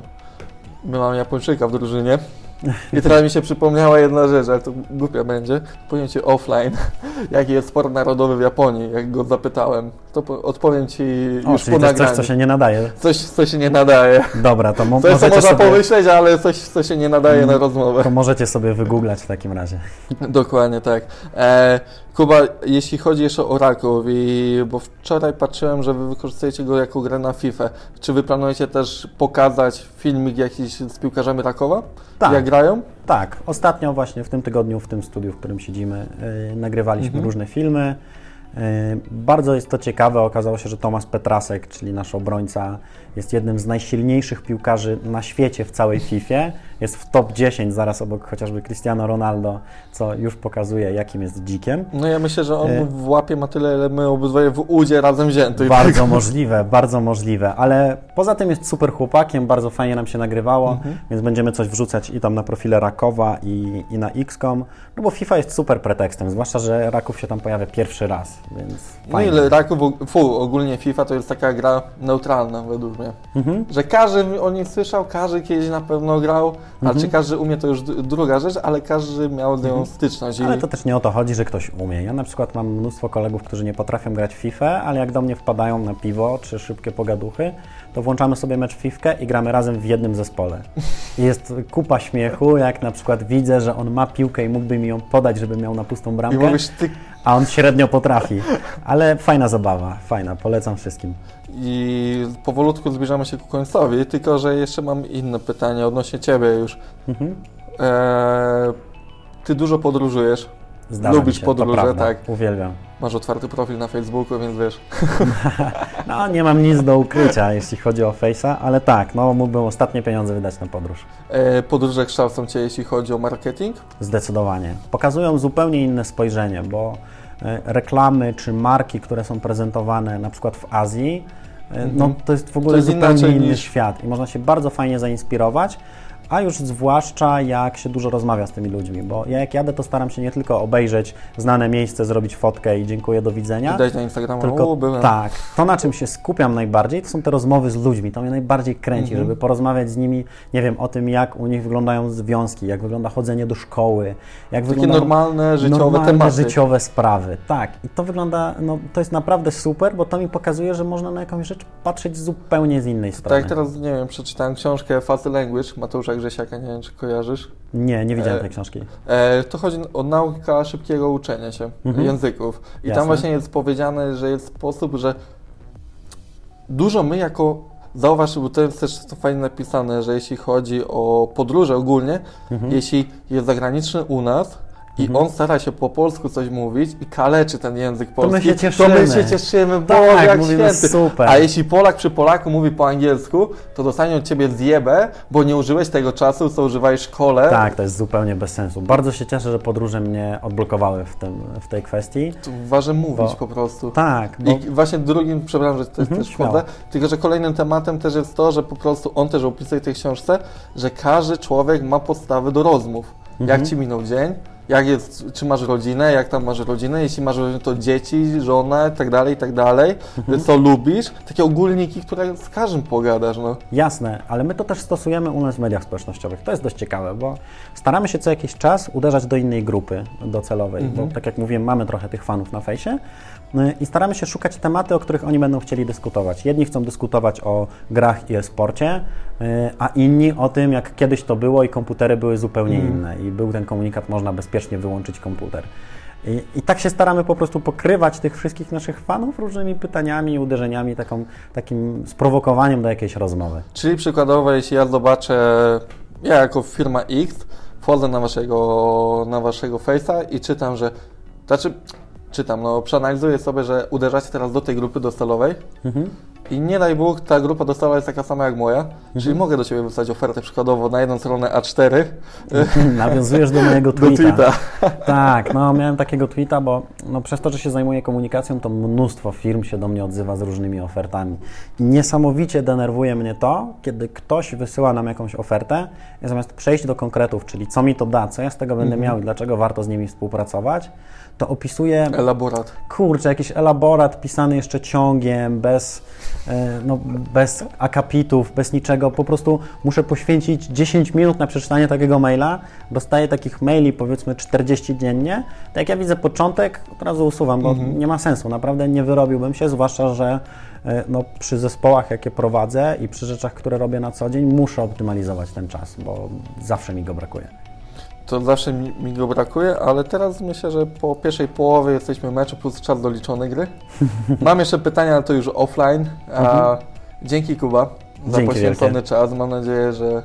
[SPEAKER 1] My mamy Japończyka w drużynie. I teraz mi się przypomniała jedna rzecz, ale to głupia będzie. Powiem Ci offline, jaki jest sport narodowy w Japonii, jak go zapytałem. to po, odpowiem Ci
[SPEAKER 2] o,
[SPEAKER 1] już
[SPEAKER 2] czyli
[SPEAKER 1] po nagraniu.
[SPEAKER 2] Coś, co się nie nadaje.
[SPEAKER 1] Coś, co się nie nadaje.
[SPEAKER 2] Dobra, to mo-
[SPEAKER 1] coś,
[SPEAKER 2] możecie
[SPEAKER 1] co można
[SPEAKER 2] sobie...
[SPEAKER 1] pomyśleć, ale coś, co się nie nadaje hmm, na rozmowę.
[SPEAKER 2] To możecie sobie wygooglać w takim razie.
[SPEAKER 1] Dokładnie tak. E, Kuba, jeśli chodzi jeszcze o Raków, i, bo wczoraj patrzyłem, że Wy wykorzystujecie go jako grę na FIFA. Czy Wy planujecie też pokazać filmik jakiś z piłkarzami Rakowa?
[SPEAKER 2] Tak.
[SPEAKER 1] Jak grają?
[SPEAKER 2] Tak. Ostatnio właśnie w tym tygodniu, w tym studiu, w którym siedzimy, yy, nagrywaliśmy mhm. różne filmy. Yy, bardzo jest to ciekawe. Okazało się, że Tomasz Petrasek, czyli nasz obrońca, jest jednym z najsilniejszych piłkarzy na świecie w całej Fifie. Jest w top dziesięć, zaraz obok chociażby Cristiano Ronaldo, co już pokazuje, jakim jest dzikiem.
[SPEAKER 1] No ja myślę, że on y- w łapie ma tyle, ile my obydwoje w udzie razem wziętych.
[SPEAKER 2] Bardzo tak? możliwe, bardzo możliwe, ale poza tym jest super chłopakiem, bardzo fajnie nam się nagrywało, mhm. więc będziemy coś wrzucać i tam na profile Rakowa i, i na X COM, no bo FIFA jest super pretekstem, zwłaszcza, że Raków się tam pojawia pierwszy raz, więc fajnie.
[SPEAKER 1] No ile Raków, fu, ogólnie FIFA to jest taka gra neutralna według mnie, mhm. że każdy o niej słyszał, każdy kiedyś na pewno grał, ale mhm. czy każdy umie, to już druga rzecz, ale każdy miał z nią mhm. styczność.
[SPEAKER 2] Ale to też nie o to chodzi, że ktoś umie. Ja na przykład mam mnóstwo kolegów, którzy nie potrafią grać w FIFA, ale jak do mnie wpadają na piwo czy szybkie pogaduchy, to włączamy sobie mecz w Fifkę i gramy razem w jednym zespole. I jest kupa śmiechu, jak na przykład widzę, że on ma piłkę i mógłby mi ją podać, żeby miał na pustą bramkę, I mówisz, ty... a on średnio potrafi. Ale fajna zabawa, fajna, polecam wszystkim.
[SPEAKER 1] I powolutku zbliżamy się ku końcowi, tylko że jeszcze mam inne pytanie odnośnie Ciebie już. Mhm. Eee, ty dużo podróżujesz,
[SPEAKER 2] Zdarza
[SPEAKER 1] lubisz
[SPEAKER 2] się,
[SPEAKER 1] podróże, tak?
[SPEAKER 2] Uwielbiam.
[SPEAKER 1] Masz otwarty profil na Facebooku, więc wiesz.
[SPEAKER 2] No, nie mam nic do ukrycia, jeśli chodzi o Face'a, ale tak, no mógłbym ostatnie pieniądze wydać na podróż.
[SPEAKER 1] Eee, podróże kształcą Cię, jeśli chodzi o marketing?
[SPEAKER 2] Zdecydowanie. Pokazują zupełnie inne spojrzenie, bo reklamy czy marki, które są prezentowane na przykład w Azji, no to jest w ogóle zupełnie inny niż... świat i można się bardzo fajnie zainspirować, a już zwłaszcza jak się dużo rozmawia z tymi ludźmi, bo ja jak jadę, to staram się nie tylko obejrzeć znane miejsce, zrobić fotkę i dziękuję, do widzenia.
[SPEAKER 1] I dać na Instagrama,
[SPEAKER 2] tylko
[SPEAKER 1] o, byłem.
[SPEAKER 2] Tak, to na czym się skupiam najbardziej, to są te rozmowy z ludźmi, to mnie najbardziej kręci, mhm. żeby porozmawiać z nimi, nie wiem, o tym, jak u nich wyglądają związki, jak wygląda chodzenie do szkoły, jak
[SPEAKER 1] Takie
[SPEAKER 2] wyglądają
[SPEAKER 1] normalne, życiowe
[SPEAKER 2] normalne,
[SPEAKER 1] tematy.
[SPEAKER 2] życiowe sprawy, tak. I to wygląda, no to jest naprawdę super, bo to mi pokazuje, że można na jakąś rzecz patrzeć zupełnie z innej strony.
[SPEAKER 1] Tak, teraz, nie wiem, przeczytałem książkę Fast Language Mateusza Grzesiaka, nie wiem, czy kojarzysz?
[SPEAKER 2] Nie, nie widziałem e, tej książki.
[SPEAKER 1] E, to chodzi o naukę szybkiego uczenia się mhm. języków. I Jasne. Tam właśnie jest powiedziane, że jest sposób, że dużo my jako, zauważ, bo to jest też to fajnie napisane, że jeśli chodzi o podróże ogólnie, mhm. jeśli jest zagraniczny u nas, i mhm. on stara się po polsku coś mówić i kaleczy ten język polski,
[SPEAKER 2] to my się cieszymy,
[SPEAKER 1] to my się cieszymy, bo
[SPEAKER 2] tak,
[SPEAKER 1] jak święty.
[SPEAKER 2] Super.
[SPEAKER 1] A jeśli Polak przy Polaku mówi po angielsku, to dostanie od Ciebie zjebę, bo nie użyłeś tego czasu, co używałeś w szkole.
[SPEAKER 2] Tak, to jest zupełnie bez sensu. Bardzo się cieszę, że podróże mnie odblokowały w, tym, w tej kwestii.
[SPEAKER 1] To ważne mówić
[SPEAKER 2] bo...
[SPEAKER 1] po prostu.
[SPEAKER 2] Tak. Bo...
[SPEAKER 1] I właśnie drugim, przepraszam, że to jest mhm, też wchodzę, tylko że kolejnym tematem też jest to, że po prostu on też opisuje w tej książce, że każdy człowiek ma podstawy do rozmów. Mhm. Jak Ci minął dzień? Jak jest, czy masz rodzinę, jak tam masz rodzinę, jeśli masz rodzinę, to dzieci, żonę, tak dalej, i tak dalej, mhm. co lubisz, takie ogólniki, które z każdym pogadasz, no.
[SPEAKER 2] Jasne, ale my to też stosujemy u nas w mediach społecznościowych, to jest dość ciekawe, bo staramy się co jakiś czas uderzać do innej grupy docelowej, mhm. bo tak jak mówiłem, mamy trochę tych fanów na fejsie i staramy się szukać tematy, o których oni będą chcieli dyskutować. Jedni chcą dyskutować o grach i e-sporcie, a inni o tym, jak kiedyś to było i komputery były zupełnie mhm. inne i był ten komunikat, można bezpiecznie wyłączyć komputer. I, I tak się staramy po prostu pokrywać tych wszystkich naszych fanów różnymi pytaniami, uderzeniami, taką, takim sprowokowaniem do jakiejś rozmowy.
[SPEAKER 1] Czyli przykładowo, jeśli ja zobaczę, ja jako firma X wchodzę na waszego, na waszego Face'a i czytam, że, znaczy czytam, no przeanalizuję sobie, że uderzacie teraz do tej grupy docelowej mhm. i nie daj Bóg, ta grupa docelowa jest taka sama jak moja, mhm. czyli mogę do Ciebie wysłać ofertę przykładowo na jedną stronę A cztery.
[SPEAKER 2] Nawiązujesz do mojego tweeta.
[SPEAKER 1] Do tweeta.
[SPEAKER 2] Tak, no miałem takiego tweeta, bo no, przez to, że się zajmuję komunikacją, to mnóstwo firm się do mnie odzywa z różnymi ofertami. I niesamowicie denerwuje mnie to, kiedy ktoś wysyła nam jakąś ofertę i zamiast przejść do konkretów, czyli co mi to da, co ja z tego będę mhm. miał i dlaczego warto z nimi współpracować, to opisuje...
[SPEAKER 1] Elaborat.
[SPEAKER 2] Kurczę, jakiś elaborat pisany jeszcze ciągiem, bez, no, bez akapitów, bez niczego, po prostu muszę poświęcić dziesięć minut na przeczytanie takiego maila, dostaję takich maili powiedzmy czterdzieści dziennie, tak jak ja widzę początek, od razu usuwam, bo mhm. nie ma sensu, naprawdę nie wyrobiłbym się, zwłaszcza, że no, przy zespołach, jakie prowadzę i przy rzeczach, które robię na co dzień, muszę optymalizować ten czas, bo zawsze mi go brakuje. To
[SPEAKER 1] zawsze mi, mi go brakuje, ale teraz myślę, że po pierwszej połowie jesteśmy meczu plus czas doliczony gry. Mam jeszcze pytania, ale to już offline. A, mhm. Dzięki Kuba za
[SPEAKER 2] Dzięki
[SPEAKER 1] poświęcony
[SPEAKER 2] wielkie.
[SPEAKER 1] czas. Mam nadzieję, że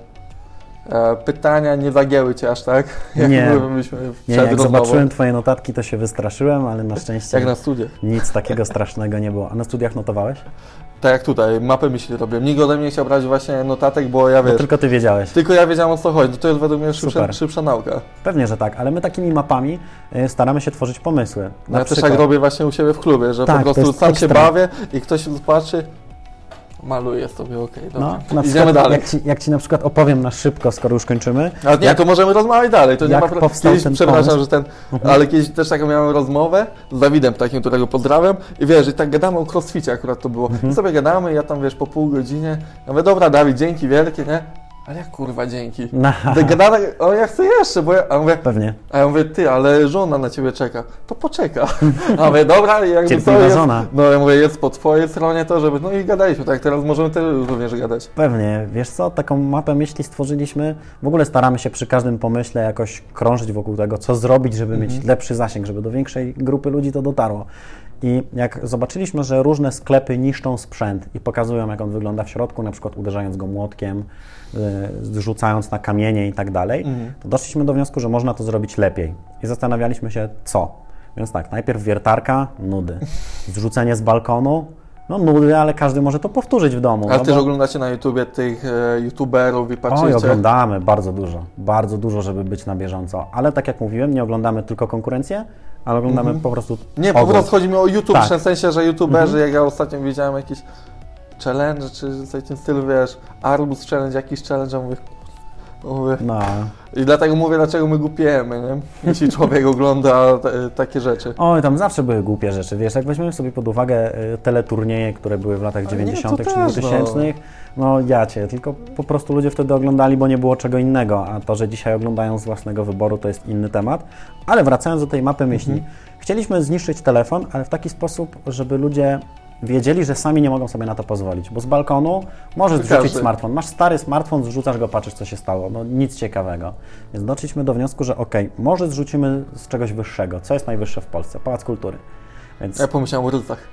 [SPEAKER 1] e, pytania nie zagięły Cię aż tak, jak
[SPEAKER 2] nie.
[SPEAKER 1] byliśmy przed
[SPEAKER 2] nie, jak
[SPEAKER 1] rozmową.
[SPEAKER 2] Zobaczyłem Twoje notatki, to się wystraszyłem, ale na szczęście
[SPEAKER 1] jak na studiach.
[SPEAKER 2] Nic takiego strasznego nie było. A na studiach notowałeś?
[SPEAKER 1] Tak jak tutaj, mapę myśli robię. Nikt ode mnie nie chciał brać właśnie notatek, bo ja wiesz...
[SPEAKER 2] Bo tylko Ty wiedziałeś.
[SPEAKER 1] Tylko ja wiedziałem, o co chodzi. To jest według mnie szybsza, szybsza nauka.
[SPEAKER 2] Pewnie, że tak, ale my takimi mapami y, staramy się tworzyć pomysły.
[SPEAKER 1] Na ja przykład... też tak robię właśnie u siebie w klubie, że tak, po prostu sam ekstra. się bawię i ktoś patrzy, maluje sobie, okej, okay, dobra. No, idziemy dalej.
[SPEAKER 2] Jak ci, jak ci na przykład opowiem na szybko, skoro już kończymy.
[SPEAKER 1] Ale nie,
[SPEAKER 2] jak,
[SPEAKER 1] to możemy rozmawiać dalej. To nie ma
[SPEAKER 2] kiedyś, ten
[SPEAKER 1] przepraszam,
[SPEAKER 2] pomysł?
[SPEAKER 1] że ten,
[SPEAKER 2] uh-huh.
[SPEAKER 1] ale kiedyś też taką miałem rozmowę z Dawidem takim, którego pozdrawiam i wiesz, i tak gadamy o crossficie akurat to było. Uh-huh. I sobie gadamy, ja tam wiesz, po pół godzinie, ja mówię, dobra Dawid, dzięki wielkie, nie? Ale jak kurwa dzięki? No. Gadamy, o ja chcę jeszcze, bo ja, a mówię,
[SPEAKER 2] Pewnie.
[SPEAKER 1] A ja mówię, ty, ale żona na ciebie czeka. To poczeka. A mówię, dobra, jakby to jest,
[SPEAKER 2] żona.
[SPEAKER 1] No ja mówię, jest po twojej stronie to, żeby, no i gadaliśmy, tak, teraz możemy też również gadać.
[SPEAKER 2] Pewnie, wiesz co, taką mapę myśli stworzyliśmy, w ogóle staramy się przy każdym pomyśle jakoś krążyć wokół tego, co zrobić, żeby mhm. mieć lepszy zasięg, żeby do większej grupy ludzi to dotarło. I jak zobaczyliśmy, że różne sklepy niszczą sprzęt i pokazują, jak on wygląda w środku, na przykład uderzając go młotkiem, yy, rzucając na kamienie i tak dalej, mhm. to doszliśmy do wniosku, że można to zrobić lepiej. I zastanawialiśmy się, co. Więc tak, najpierw wiertarka, nudy. Zrzucenie z balkonu, no nudy, ale każdy może to powtórzyć w domu.
[SPEAKER 1] Ale
[SPEAKER 2] no
[SPEAKER 1] też
[SPEAKER 2] bo...
[SPEAKER 1] oglądacie na YouTubie tych e, youtuberów i patrzycie?
[SPEAKER 2] Oj, oglądamy bardzo dużo, bardzo dużo, żeby być na bieżąco. Ale tak jak mówiłem, nie oglądamy tylko konkurencję, ale oglądamy mm-hmm. po prostu
[SPEAKER 1] Nie, po prostu chodzi mi o YouTube,
[SPEAKER 2] tak.
[SPEAKER 1] w tym sensie, że youtuberzy, mm-hmm. jak ja ostatnio widziałem jakiś challenge, czy coś w tym stylu, wiesz, Arbus challenge, jakiś challenge, ja mówię, mówię.
[SPEAKER 2] No.
[SPEAKER 1] I dlatego mówię, dlaczego my głupiejemy, nie? Jeśli człowiek ogląda t- takie rzeczy.
[SPEAKER 2] Oj, tam zawsze były głupie rzeczy, wiesz, jak weźmiemy sobie pod uwagę y, teleturnieje, które były w latach dziewięćdziesiątych czy dwutysięcznych, no. no ja cię, tylko po prostu ludzie wtedy oglądali, bo nie było czego innego, a to, że dzisiaj oglądają z własnego wyboru, to jest inny temat. Ale wracając do tej mapy myśli, mhm. chcieliśmy zniszczyć telefon, ale w taki sposób, żeby ludzie wiedzieli, że sami nie mogą sobie na to pozwolić, bo z balkonu możesz
[SPEAKER 1] to
[SPEAKER 2] zrzucić
[SPEAKER 1] każdy. smartfon.
[SPEAKER 2] Masz stary smartfon, zrzucasz go, patrzysz, co się stało. No nic ciekawego. Więc doszliśmy do wniosku, że okej, okay, może zrzucimy z czegoś wyższego. Co jest najwyższe w Polsce? Pałac Kultury. Więc...
[SPEAKER 1] Ja pomyślałem o ryzach.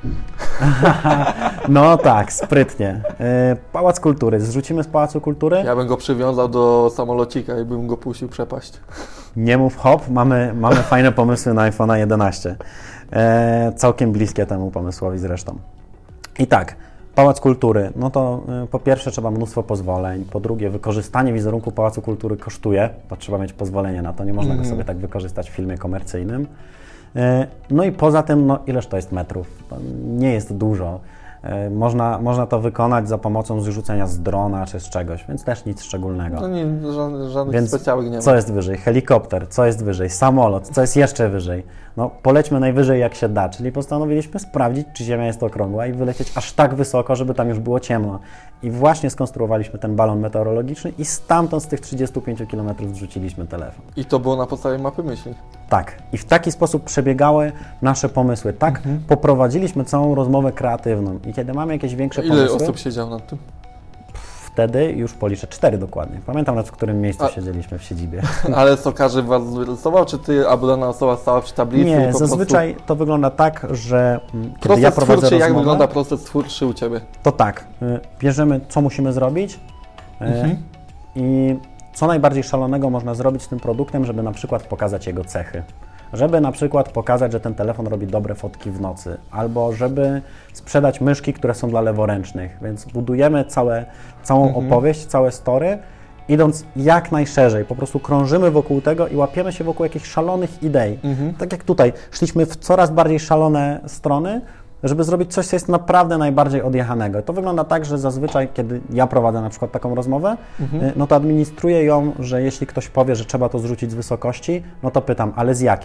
[SPEAKER 2] No tak, sprytnie. Pałac Kultury. Zrzucimy z Pałacu Kultury.
[SPEAKER 1] Ja bym go przywiązał do samolocika i bym go puścił przepaść.
[SPEAKER 2] Nie mów hop, mamy, mamy fajne pomysły na iPhone'a jedenaście. E, całkiem bliskie temu pomysłowi zresztą. I tak, Pałac Kultury, no to y, po pierwsze trzeba mnóstwo pozwoleń, po drugie wykorzystanie wizerunku Pałacu Kultury kosztuje, bo trzeba mieć pozwolenie na to, nie można mm. go sobie tak wykorzystać w filmie komercyjnym. Y, no i poza tym, no ileż to jest metrów? To nie jest dużo. Y, można, można to wykonać za pomocą zrzucenia z drona czy z czegoś, więc też nic szczególnego.
[SPEAKER 1] No nie, żadnych, żadnych
[SPEAKER 2] więc
[SPEAKER 1] specjalnych nie ma.
[SPEAKER 2] Co jest wyżej? Helikopter, co jest wyżej? Samolot, co jest jeszcze wyżej? No polećmy najwyżej jak się da, czyli postanowiliśmy sprawdzić, czy Ziemia jest okrągła i wylecieć aż tak wysoko, żeby tam już było ciemno. I właśnie skonstruowaliśmy ten balon meteorologiczny i stamtąd z tych trzydziestu pięciu kilometrów zrzuciliśmy telefon.
[SPEAKER 1] I to było na podstawie mapy myśli?
[SPEAKER 2] Tak. I w taki sposób przebiegały nasze pomysły. Tak mhm. poprowadziliśmy całą rozmowę kreatywną. I kiedy mamy jakieś większe
[SPEAKER 1] Ile
[SPEAKER 2] pomysły...
[SPEAKER 1] Ile osób siedziało nad tym?
[SPEAKER 2] Wtedy już policzę cztery dokładnie. Pamiętam nawet, w którym miejscu A, siedzieliśmy w siedzibie.
[SPEAKER 1] Ale co, każdy was wyrysował, czy ty, albo dana osoba stała przy tablicy?
[SPEAKER 2] Nie,
[SPEAKER 1] po
[SPEAKER 2] zazwyczaj
[SPEAKER 1] prostu...
[SPEAKER 2] to wygląda tak, że kiedy
[SPEAKER 1] proces
[SPEAKER 2] ja prowadzę
[SPEAKER 1] twórczy,
[SPEAKER 2] rozmowę,
[SPEAKER 1] jak wygląda proces twórczy u Ciebie?
[SPEAKER 2] To tak, bierzemy, co musimy zrobić mhm. i co najbardziej szalonego można zrobić z tym produktem, żeby na przykład pokazać jego cechy. Żeby na przykład pokazać, że ten telefon robi dobre fotki w nocy, albo żeby sprzedać myszki, które są dla leworęcznych, więc budujemy całe, całą mhm. opowieść, całe story, idąc jak najszerzej, po prostu krążymy wokół tego i łapiemy się wokół jakichś szalonych idei. Mhm. Tak jak tutaj, szliśmy w coraz bardziej szalone strony, żeby zrobić coś, co jest naprawdę najbardziej odjechanego. To wygląda tak, że zazwyczaj, kiedy ja prowadzę na przykład taką rozmowę, mhm. no to administruję ją, że jeśli ktoś powie, że trzeba to zrzucić z wysokości, no to pytam, ale z jakiej?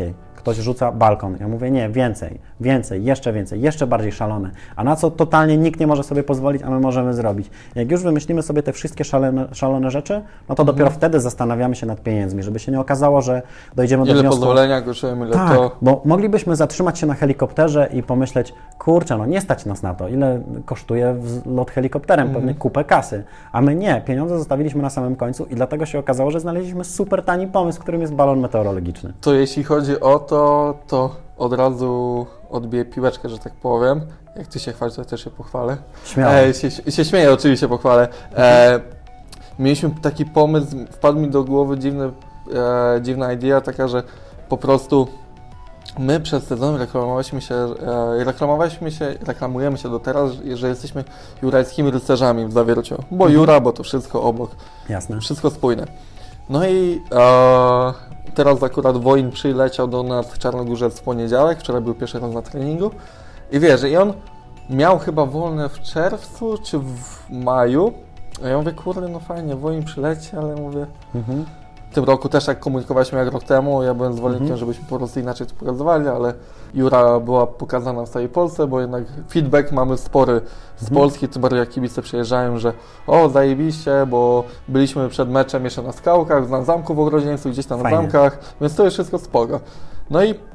[SPEAKER 2] ktoś rzuca balkon. Ja mówię, nie, więcej, więcej, jeszcze więcej, jeszcze bardziej szalone. A na co totalnie nikt nie może sobie pozwolić, a my możemy zrobić. Jak już wymyślimy sobie te wszystkie szalone, szalone rzeczy, no to dopiero mhm. wtedy zastanawiamy się nad pieniędzmi, żeby się nie okazało, że dojdziemy
[SPEAKER 1] ile
[SPEAKER 2] do wniosku...
[SPEAKER 1] Ile pozwolenia kosztujemy, ile
[SPEAKER 2] tak,
[SPEAKER 1] to...
[SPEAKER 2] bo moglibyśmy zatrzymać się na helikopterze i pomyśleć, kurczę, no nie stać nas na to, ile kosztuje lot helikopterem, mhm. pewnie kupę kasy. A my nie, pieniądze zostawiliśmy na samym końcu i dlatego się okazało, że znaleźliśmy super tani pomysł, którym jest balon meteorologiczny.
[SPEAKER 1] To jeśli chodzi o to, to od razu odbiję piłeczkę, że tak powiem. Jak ty się chwalisz, to też się pochwalę.
[SPEAKER 2] Śmiało.
[SPEAKER 1] E, się, się śmieję, oczywiście pochwalę. E, mieliśmy taki pomysł, wpadł mi do głowy dziwny, e, dziwna idea, taka, że po prostu my przez sezon reklamowaliśmy się, e, reklamowaliśmy się, reklamujemy się do teraz, że jesteśmy jurajskimi rycerzami w Zawierciu. Bo
[SPEAKER 2] mhm.
[SPEAKER 1] Jura, bo to wszystko obok.
[SPEAKER 2] Jasne.
[SPEAKER 1] Wszystko spójne. No i e, teraz akurat Wojin przyleciał do nas w Czarnogórze w poniedziałek, wczoraj był pierwszy raz na treningu i wiesz, i on miał chyba wolne w czerwcu czy w maju. A ja mówię, kurde, no fajnie, Wojin przyleci, ale mówię, mhm. w tym roku też tak komunikowaliśmy jak rok temu, ja byłem zwolennikiem, mhm. żebyśmy po prostu inaczej to pokazywali, ale Jura była pokazana w całej Polsce, bo jednak feedback mamy spory z mhm. Polski, tym bardziej jak kibice przyjeżdżają, że o, zajebiście, bo byliśmy przed meczem jeszcze na Skałkach, na zamku w Ogrodzieńcu, gdzieś tam
[SPEAKER 2] Fajnie.
[SPEAKER 1] na zamkach, więc to jest wszystko spoko. No i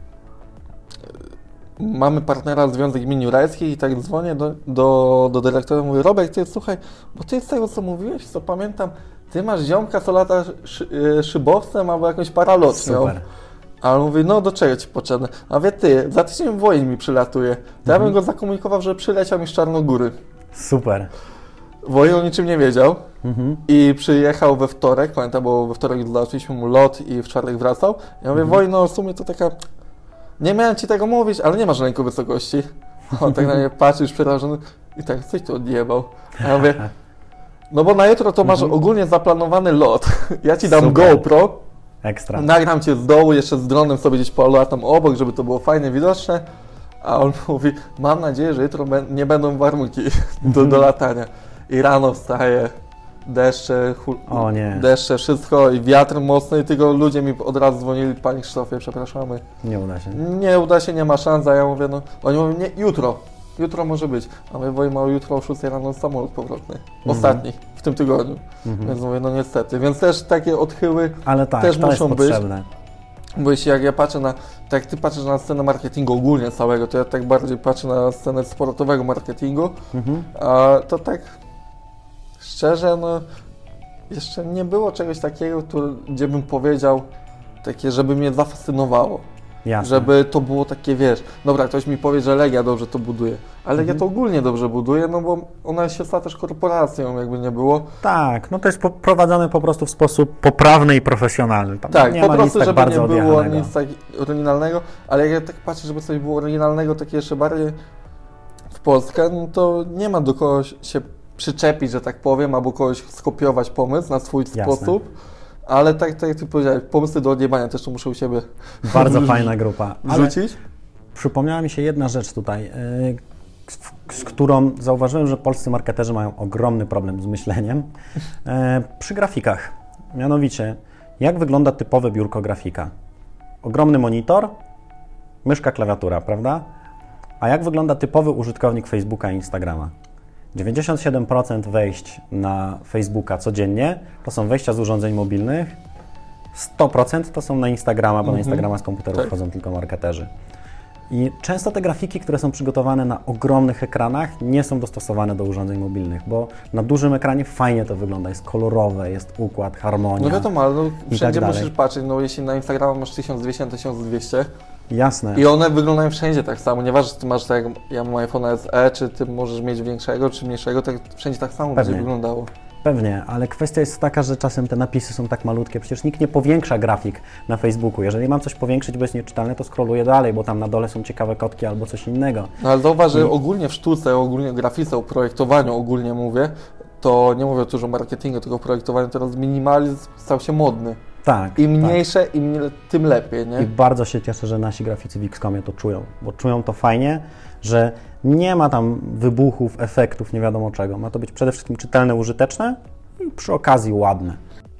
[SPEAKER 1] mamy partnera Związek Gmin Jurajskich i tak dzwonię do, do, do dyrektora, mówię, Robek, ty słuchaj, bo ty z tego co mówiłeś, co pamiętam, ty masz ziomka, co lata szy, szybowcem albo jakąś paralotnią.
[SPEAKER 2] Super.
[SPEAKER 1] A on mówi, no do czego ci potrzebne? A wie ty, za tydzień Wojin mi przylatuje. To mhm. ja bym go zakomunikował, że przyleciał mi z Czarnogóry.
[SPEAKER 2] Super.
[SPEAKER 1] Wojin o niczym nie wiedział mhm. i przyjechał we wtorek, pamiętam, bo we wtorek załatwiliśmy mu lot i w czwartek wracał. Ja mówię, mhm. Wojin, no w sumie to taka, nie miałem ci tego mówić, ale nie masz lęku wysokości. On tak na mnie patrzy, już przerażony i tak, coś tu odjebał. A ja mówię, no bo na jutro to masz mhm. ogólnie zaplanowany lot. Ja ci dam Super. GoPro.
[SPEAKER 2] Ekstra.
[SPEAKER 1] Nagram cię z dołu, jeszcze z dronem sobie gdzieś polatam obok, żeby to było fajnie widoczne. A on mówi, mam nadzieję, że jutro nie będą warunki do, do latania. I rano wstaje, deszcze,
[SPEAKER 2] o nie.
[SPEAKER 1] deszcze, wszystko i wiatr mocny i tylko ludzie mi od razu dzwonili, panie Krzysztofie, przepraszamy.
[SPEAKER 2] Nie uda się.
[SPEAKER 1] Nie uda się, nie ma szans, a ja mówię, no, oni mówią, nie, jutro. Jutro może być, a my Wojin ma jutro o szóstej rano samolot powrotny. Ostatni mhm. w tym tygodniu. Mhm. Więc mówię, no niestety. Więc też takie odchyły
[SPEAKER 2] Ale tak,
[SPEAKER 1] też
[SPEAKER 2] to
[SPEAKER 1] muszą
[SPEAKER 2] jest
[SPEAKER 1] być.
[SPEAKER 2] Potrzebne.
[SPEAKER 1] Bo jeśli jak ja patrzę na, tak jak ty patrzysz na scenę marketingu ogólnie całego, to ja tak bardziej patrzę na scenę sportowego marketingu, mhm. a to tak szczerze, no jeszcze nie było czegoś takiego, tu, gdzie bym powiedział takie, żeby mnie zafascynowało.
[SPEAKER 2] Jasne.
[SPEAKER 1] Żeby to było takie, wiesz, dobra, ktoś mi powie, że Legia dobrze to buduje, ale Legia mhm. to ogólnie dobrze buduje, no bo ona się stała też korporacją, jakby nie było.
[SPEAKER 2] Tak, no to jest prowadzone po prostu w sposób poprawny i profesjonalny. Tam
[SPEAKER 1] tak,
[SPEAKER 2] nie
[SPEAKER 1] po
[SPEAKER 2] ma
[SPEAKER 1] prostu,
[SPEAKER 2] nic
[SPEAKER 1] żeby
[SPEAKER 2] tak
[SPEAKER 1] nie było
[SPEAKER 2] odjechanego.
[SPEAKER 1] nic tak oryginalnego, ale jak ja tak patrzę, żeby coś było oryginalnego, takie jeszcze bardziej w Polskę, no to nie ma do kogoś się przyczepić, że tak powiem, albo kogoś skopiować pomysł na swój Jasne. sposób. Ale tak, tak jak ty powiedziałeś, pomysły do odjebania też to muszę u siebie
[SPEAKER 2] Bardzo fajna grupa.
[SPEAKER 1] wrzucić.
[SPEAKER 2] Przypomniała mi się jedna rzecz tutaj, z, z którą zauważyłem, że polscy marketerzy mają ogromny problem z myśleniem przy grafikach. Mianowicie, jak wygląda typowe biurko grafika? Ogromny monitor, myszka, klawiatura, prawda? A jak wygląda typowy użytkownik Facebooka i Instagrama? dziewięćdziesiąt siedem procent wejść na Facebooka codziennie to są wejścia z urządzeń mobilnych, sto procent to są na Instagrama, bo mm-hmm. na Instagrama z komputerów tak. wchodzą tylko marketerzy. I często te grafiki, które są przygotowane na ogromnych ekranach, nie są dostosowane do urządzeń mobilnych, bo na dużym ekranie fajnie to wygląda, jest kolorowe, jest układ, harmonia.
[SPEAKER 1] No wiadomo, ale no, wszędzie
[SPEAKER 2] tak
[SPEAKER 1] musisz patrzeć, no jeśli na Instagrama masz tysiąc dwieście na tysiąc dwieście,
[SPEAKER 2] Jasne.
[SPEAKER 1] I one wyglądają wszędzie tak samo, nieważne czy ty masz tak jak ja mam iPhone'a S E, czy ty możesz mieć większego, czy mniejszego, tak wszędzie tak samo
[SPEAKER 2] Pewnie.
[SPEAKER 1] będzie wyglądało.
[SPEAKER 2] Pewnie, ale kwestia jest taka, że czasem te napisy są tak malutkie, przecież nikt nie powiększa grafik na Facebooku. Jeżeli mam coś powiększyć, bo jest nieczytelne, to scrolluję dalej, bo tam na dole są ciekawe kotki albo coś innego.
[SPEAKER 1] No ale zauważ, że I... ogólnie w sztuce, ogólnie w grafice, o projektowaniu ogólnie mówię, to nie mówię tu, że o marketingu, tylko o projektowaniu, teraz minimalizm stał się modny.
[SPEAKER 2] Tak.
[SPEAKER 1] Im mniejsze, tak. im tym lepiej, nie?
[SPEAKER 2] I bardzo się cieszę, że nasi graficy w X-Comie to czują, bo czują to fajnie, że nie ma tam wybuchów, efektów, nie wiadomo czego. Ma to być przede wszystkim czytelne, użyteczne i przy okazji ładne.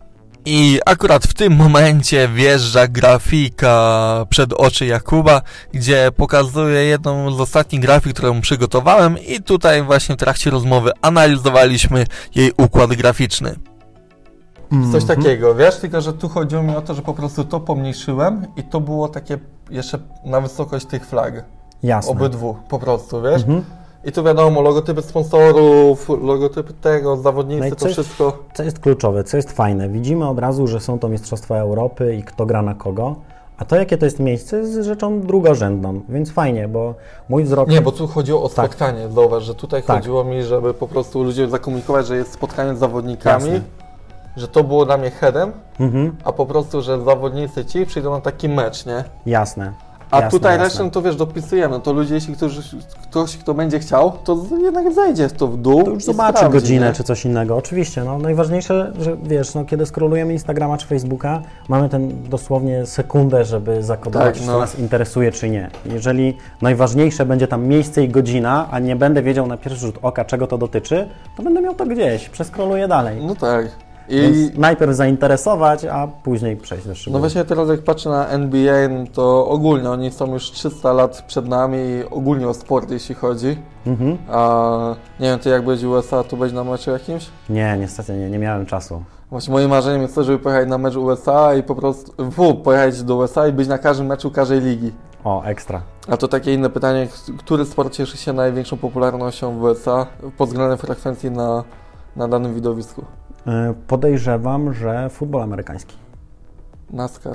[SPEAKER 1] I akurat w tym momencie wjeżdża grafika przed oczy Jakuba, gdzie pokazuje jedną z ostatnich grafik, którą przygotowałem i tutaj właśnie w trakcie rozmowy analizowaliśmy jej układ graficzny. Mm-hmm. Coś takiego, wiesz, tylko że tu chodziło mi o to, że po prostu to pomniejszyłem i to było takie jeszcze na wysokość tych flag.
[SPEAKER 2] Jasne.
[SPEAKER 1] Obydwu, po prostu, wiesz? Mm-hmm. I tu wiadomo, logotypy sponsorów, logotypy tego, zawodnicy, no to
[SPEAKER 2] jest,
[SPEAKER 1] wszystko.
[SPEAKER 2] Co jest kluczowe, co jest fajne, widzimy od razu, że są to Mistrzostwa Europy i kto gra na kogo, a to jakie to jest miejsce jest rzeczą drugorzędną, więc fajnie, bo mój wzrok...
[SPEAKER 1] Nie, bo tu chodziło o spotkanie, tak. Zauważ, że tutaj tak. Chodziło mi, żeby po prostu ludzie zakomunikować, że jest spotkanie z zawodnikami, jasne. Że to było dla mnie headem, mhm. A po prostu, że zawodnicy ci przyjdą na taki mecz, nie?
[SPEAKER 2] Jasne.
[SPEAKER 1] A
[SPEAKER 2] jasne,
[SPEAKER 1] tutaj
[SPEAKER 2] jasne.
[SPEAKER 1] resztę to wiesz, dopisujemy. To ludzie, jeśli ktoś, ktoś, kto będzie chciał, to jednak zejdzie w to w dół.
[SPEAKER 2] To już zobaczy sprawdzi, godzinę nie? Czy coś innego. Oczywiście, no najważniejsze, że wiesz, no kiedy scrollujemy Instagrama czy Facebooka, mamy ten dosłownie sekundę, żeby zakodować, tak, no. Co nas interesuje, czy nie. Jeżeli najważniejsze będzie tam miejsce i godzina, a nie będę wiedział na pierwszy rzut oka, czego to dotyczy, to będę miał to gdzieś, przeskroluję dalej.
[SPEAKER 1] No tak.
[SPEAKER 2] I więc najpierw zainteresować, a później przejść do szczegółów.
[SPEAKER 1] No właśnie teraz jak patrzę na N B A, to ogólnie oni są już trzysta lat przed nami i ogólnie o sport, jeśli chodzi. Mhm. A nie wiem, ty jak byłeś w U S A, tu byłeś na meczu jakimś?
[SPEAKER 2] Nie, niestety nie, nie miałem czasu.
[SPEAKER 1] Właśnie moim marzeniem jest to, żeby pojechać na mecz U S A i po prostu w, pojechać do U S A i być na każdym meczu każdej ligi.
[SPEAKER 2] O, ekstra.
[SPEAKER 1] A to takie inne pytanie, który sport cieszy się największą popularnością w U S A pod względem frekwencji na, na danym widowisku?
[SPEAKER 2] Podejrzewam, że futbol amerykański.
[SPEAKER 1] NASCAR.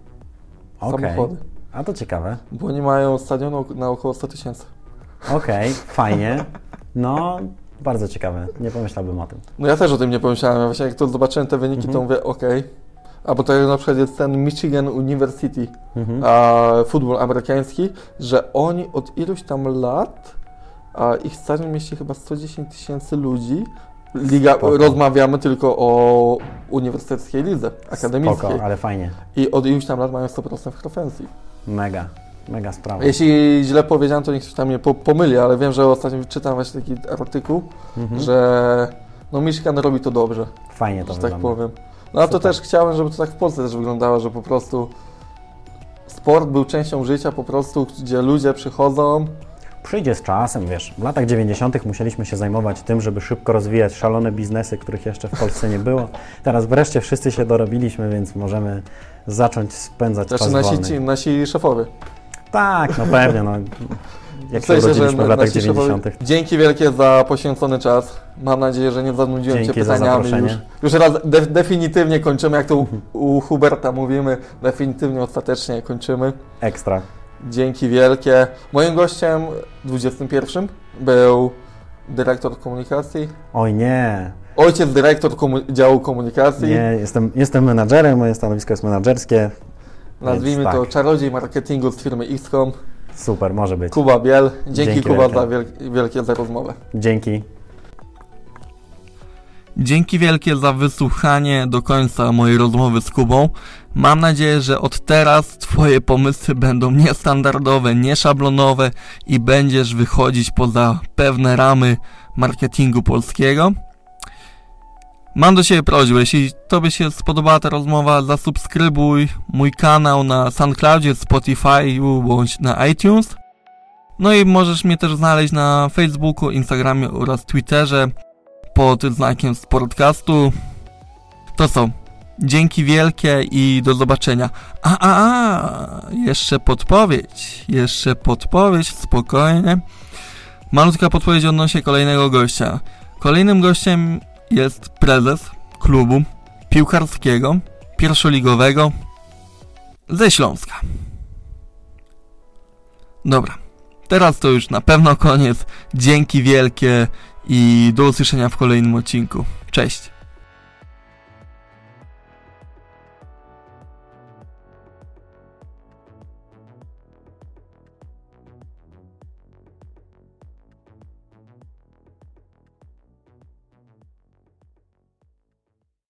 [SPEAKER 2] Okay.
[SPEAKER 1] Samochody.
[SPEAKER 2] A to ciekawe.
[SPEAKER 1] Bo oni mają stadion na około sto tysięcy.
[SPEAKER 2] Okej, okay, fajnie. No, bardzo ciekawe. Nie pomyślałbym o tym.
[SPEAKER 1] No ja też o tym nie pomyślałem. Właśnie jak to zobaczyłem te wyniki, mm-hmm. to mówię, okej. Okay. A bo to na przykład jest ten Michigan University, mm-hmm. a, futbol amerykański, że oni od iluś tam lat, a ich stadion mieści chyba sto dziesięć tysięcy ludzi. Liga, rozmawiamy tylko o uniwersyteckiej lidze akademickiej.
[SPEAKER 2] Spoko, ale fajnie.
[SPEAKER 1] I od iluś tam lat mają sto procent frekwencji.
[SPEAKER 2] Mega, mega sprawa.
[SPEAKER 1] Jeśli źle powiedziałem, to niech ktoś tam mnie po, pomyli, ale wiem, że ostatnio czytam właśnie taki artykuł, mhm. że no Michigan robi to dobrze.
[SPEAKER 2] Fajnie to
[SPEAKER 1] że
[SPEAKER 2] wygląda.
[SPEAKER 1] Tak powiem. No a to też chciałem, żeby to tak w Polsce też wyglądało, że po prostu sport był częścią życia po prostu, gdzie ludzie przychodzą.
[SPEAKER 2] Przyjdzie z czasem, wiesz, w latach dziewięćdziesiątych musieliśmy się zajmować tym, żeby szybko rozwijać szalone biznesy, których jeszcze w Polsce nie było. Teraz wreszcie wszyscy się dorobiliśmy, więc możemy zacząć spędzać
[SPEAKER 1] znaczy
[SPEAKER 2] czas
[SPEAKER 1] nasi,
[SPEAKER 2] wolny.
[SPEAKER 1] Ci, nasi szefowie.
[SPEAKER 2] Tak, no pewnie, no. Jak w sensie, się urodziliśmy w latach dziewięćdziesiątych.
[SPEAKER 1] Szefowie. Dzięki wielkie za poświęcony czas. Mam nadzieję, że nie zanudziłem
[SPEAKER 2] Dzięki
[SPEAKER 1] Cię pytaniami.
[SPEAKER 2] Za
[SPEAKER 1] już, już raz de, definitywnie kończymy, jak to u, u Huberta mówimy, definitywnie, ostatecznie kończymy.
[SPEAKER 2] Ekstra.
[SPEAKER 1] Dzięki wielkie. Moim gościem dwudziestym pierwszym był dyrektor komunikacji.
[SPEAKER 2] Oj nie.
[SPEAKER 1] Ojciec dyrektor komu- działu komunikacji.
[SPEAKER 2] Nie, jestem, jestem menadżerem, moje stanowisko jest menadżerskie.
[SPEAKER 1] Nazwijmy to tak. Czarodziej marketingu z firmy X kropka com.
[SPEAKER 2] Super, może być.
[SPEAKER 1] Kuba Biel. Dzięki, Dzięki Kuba wielkie. za wiel- wielkie za rozmowę.
[SPEAKER 2] Dzięki.
[SPEAKER 1] Dzięki wielkie za wysłuchanie do końca mojej rozmowy z Kubą. Mam nadzieję, że od teraz Twoje pomysły będą niestandardowe, nieszablonowe i będziesz wychodzić poza pewne ramy marketingu polskiego. Mam do Ciebie prośbę, jeśli Tobie się spodobała ta rozmowa, zasubskrybuj mój kanał na SoundCloudzie, Spotify bądź na iTunes. No i możesz mnie też znaleźć na Facebooku, Instagramie oraz Twitterze pod znakiem Sportcastu. To co? Dzięki wielkie i do zobaczenia. A, a, a, jeszcze podpowiedź, jeszcze podpowiedź, spokojnie. Malutka podpowiedź odnośnie kolejnego gościa. Kolejnym gościem jest prezes klubu piłkarskiego, pierwszoligowego ze Śląska. Dobra, teraz to już na pewno koniec. Dzięki wielkie i do usłyszenia w kolejnym odcinku. Cześć!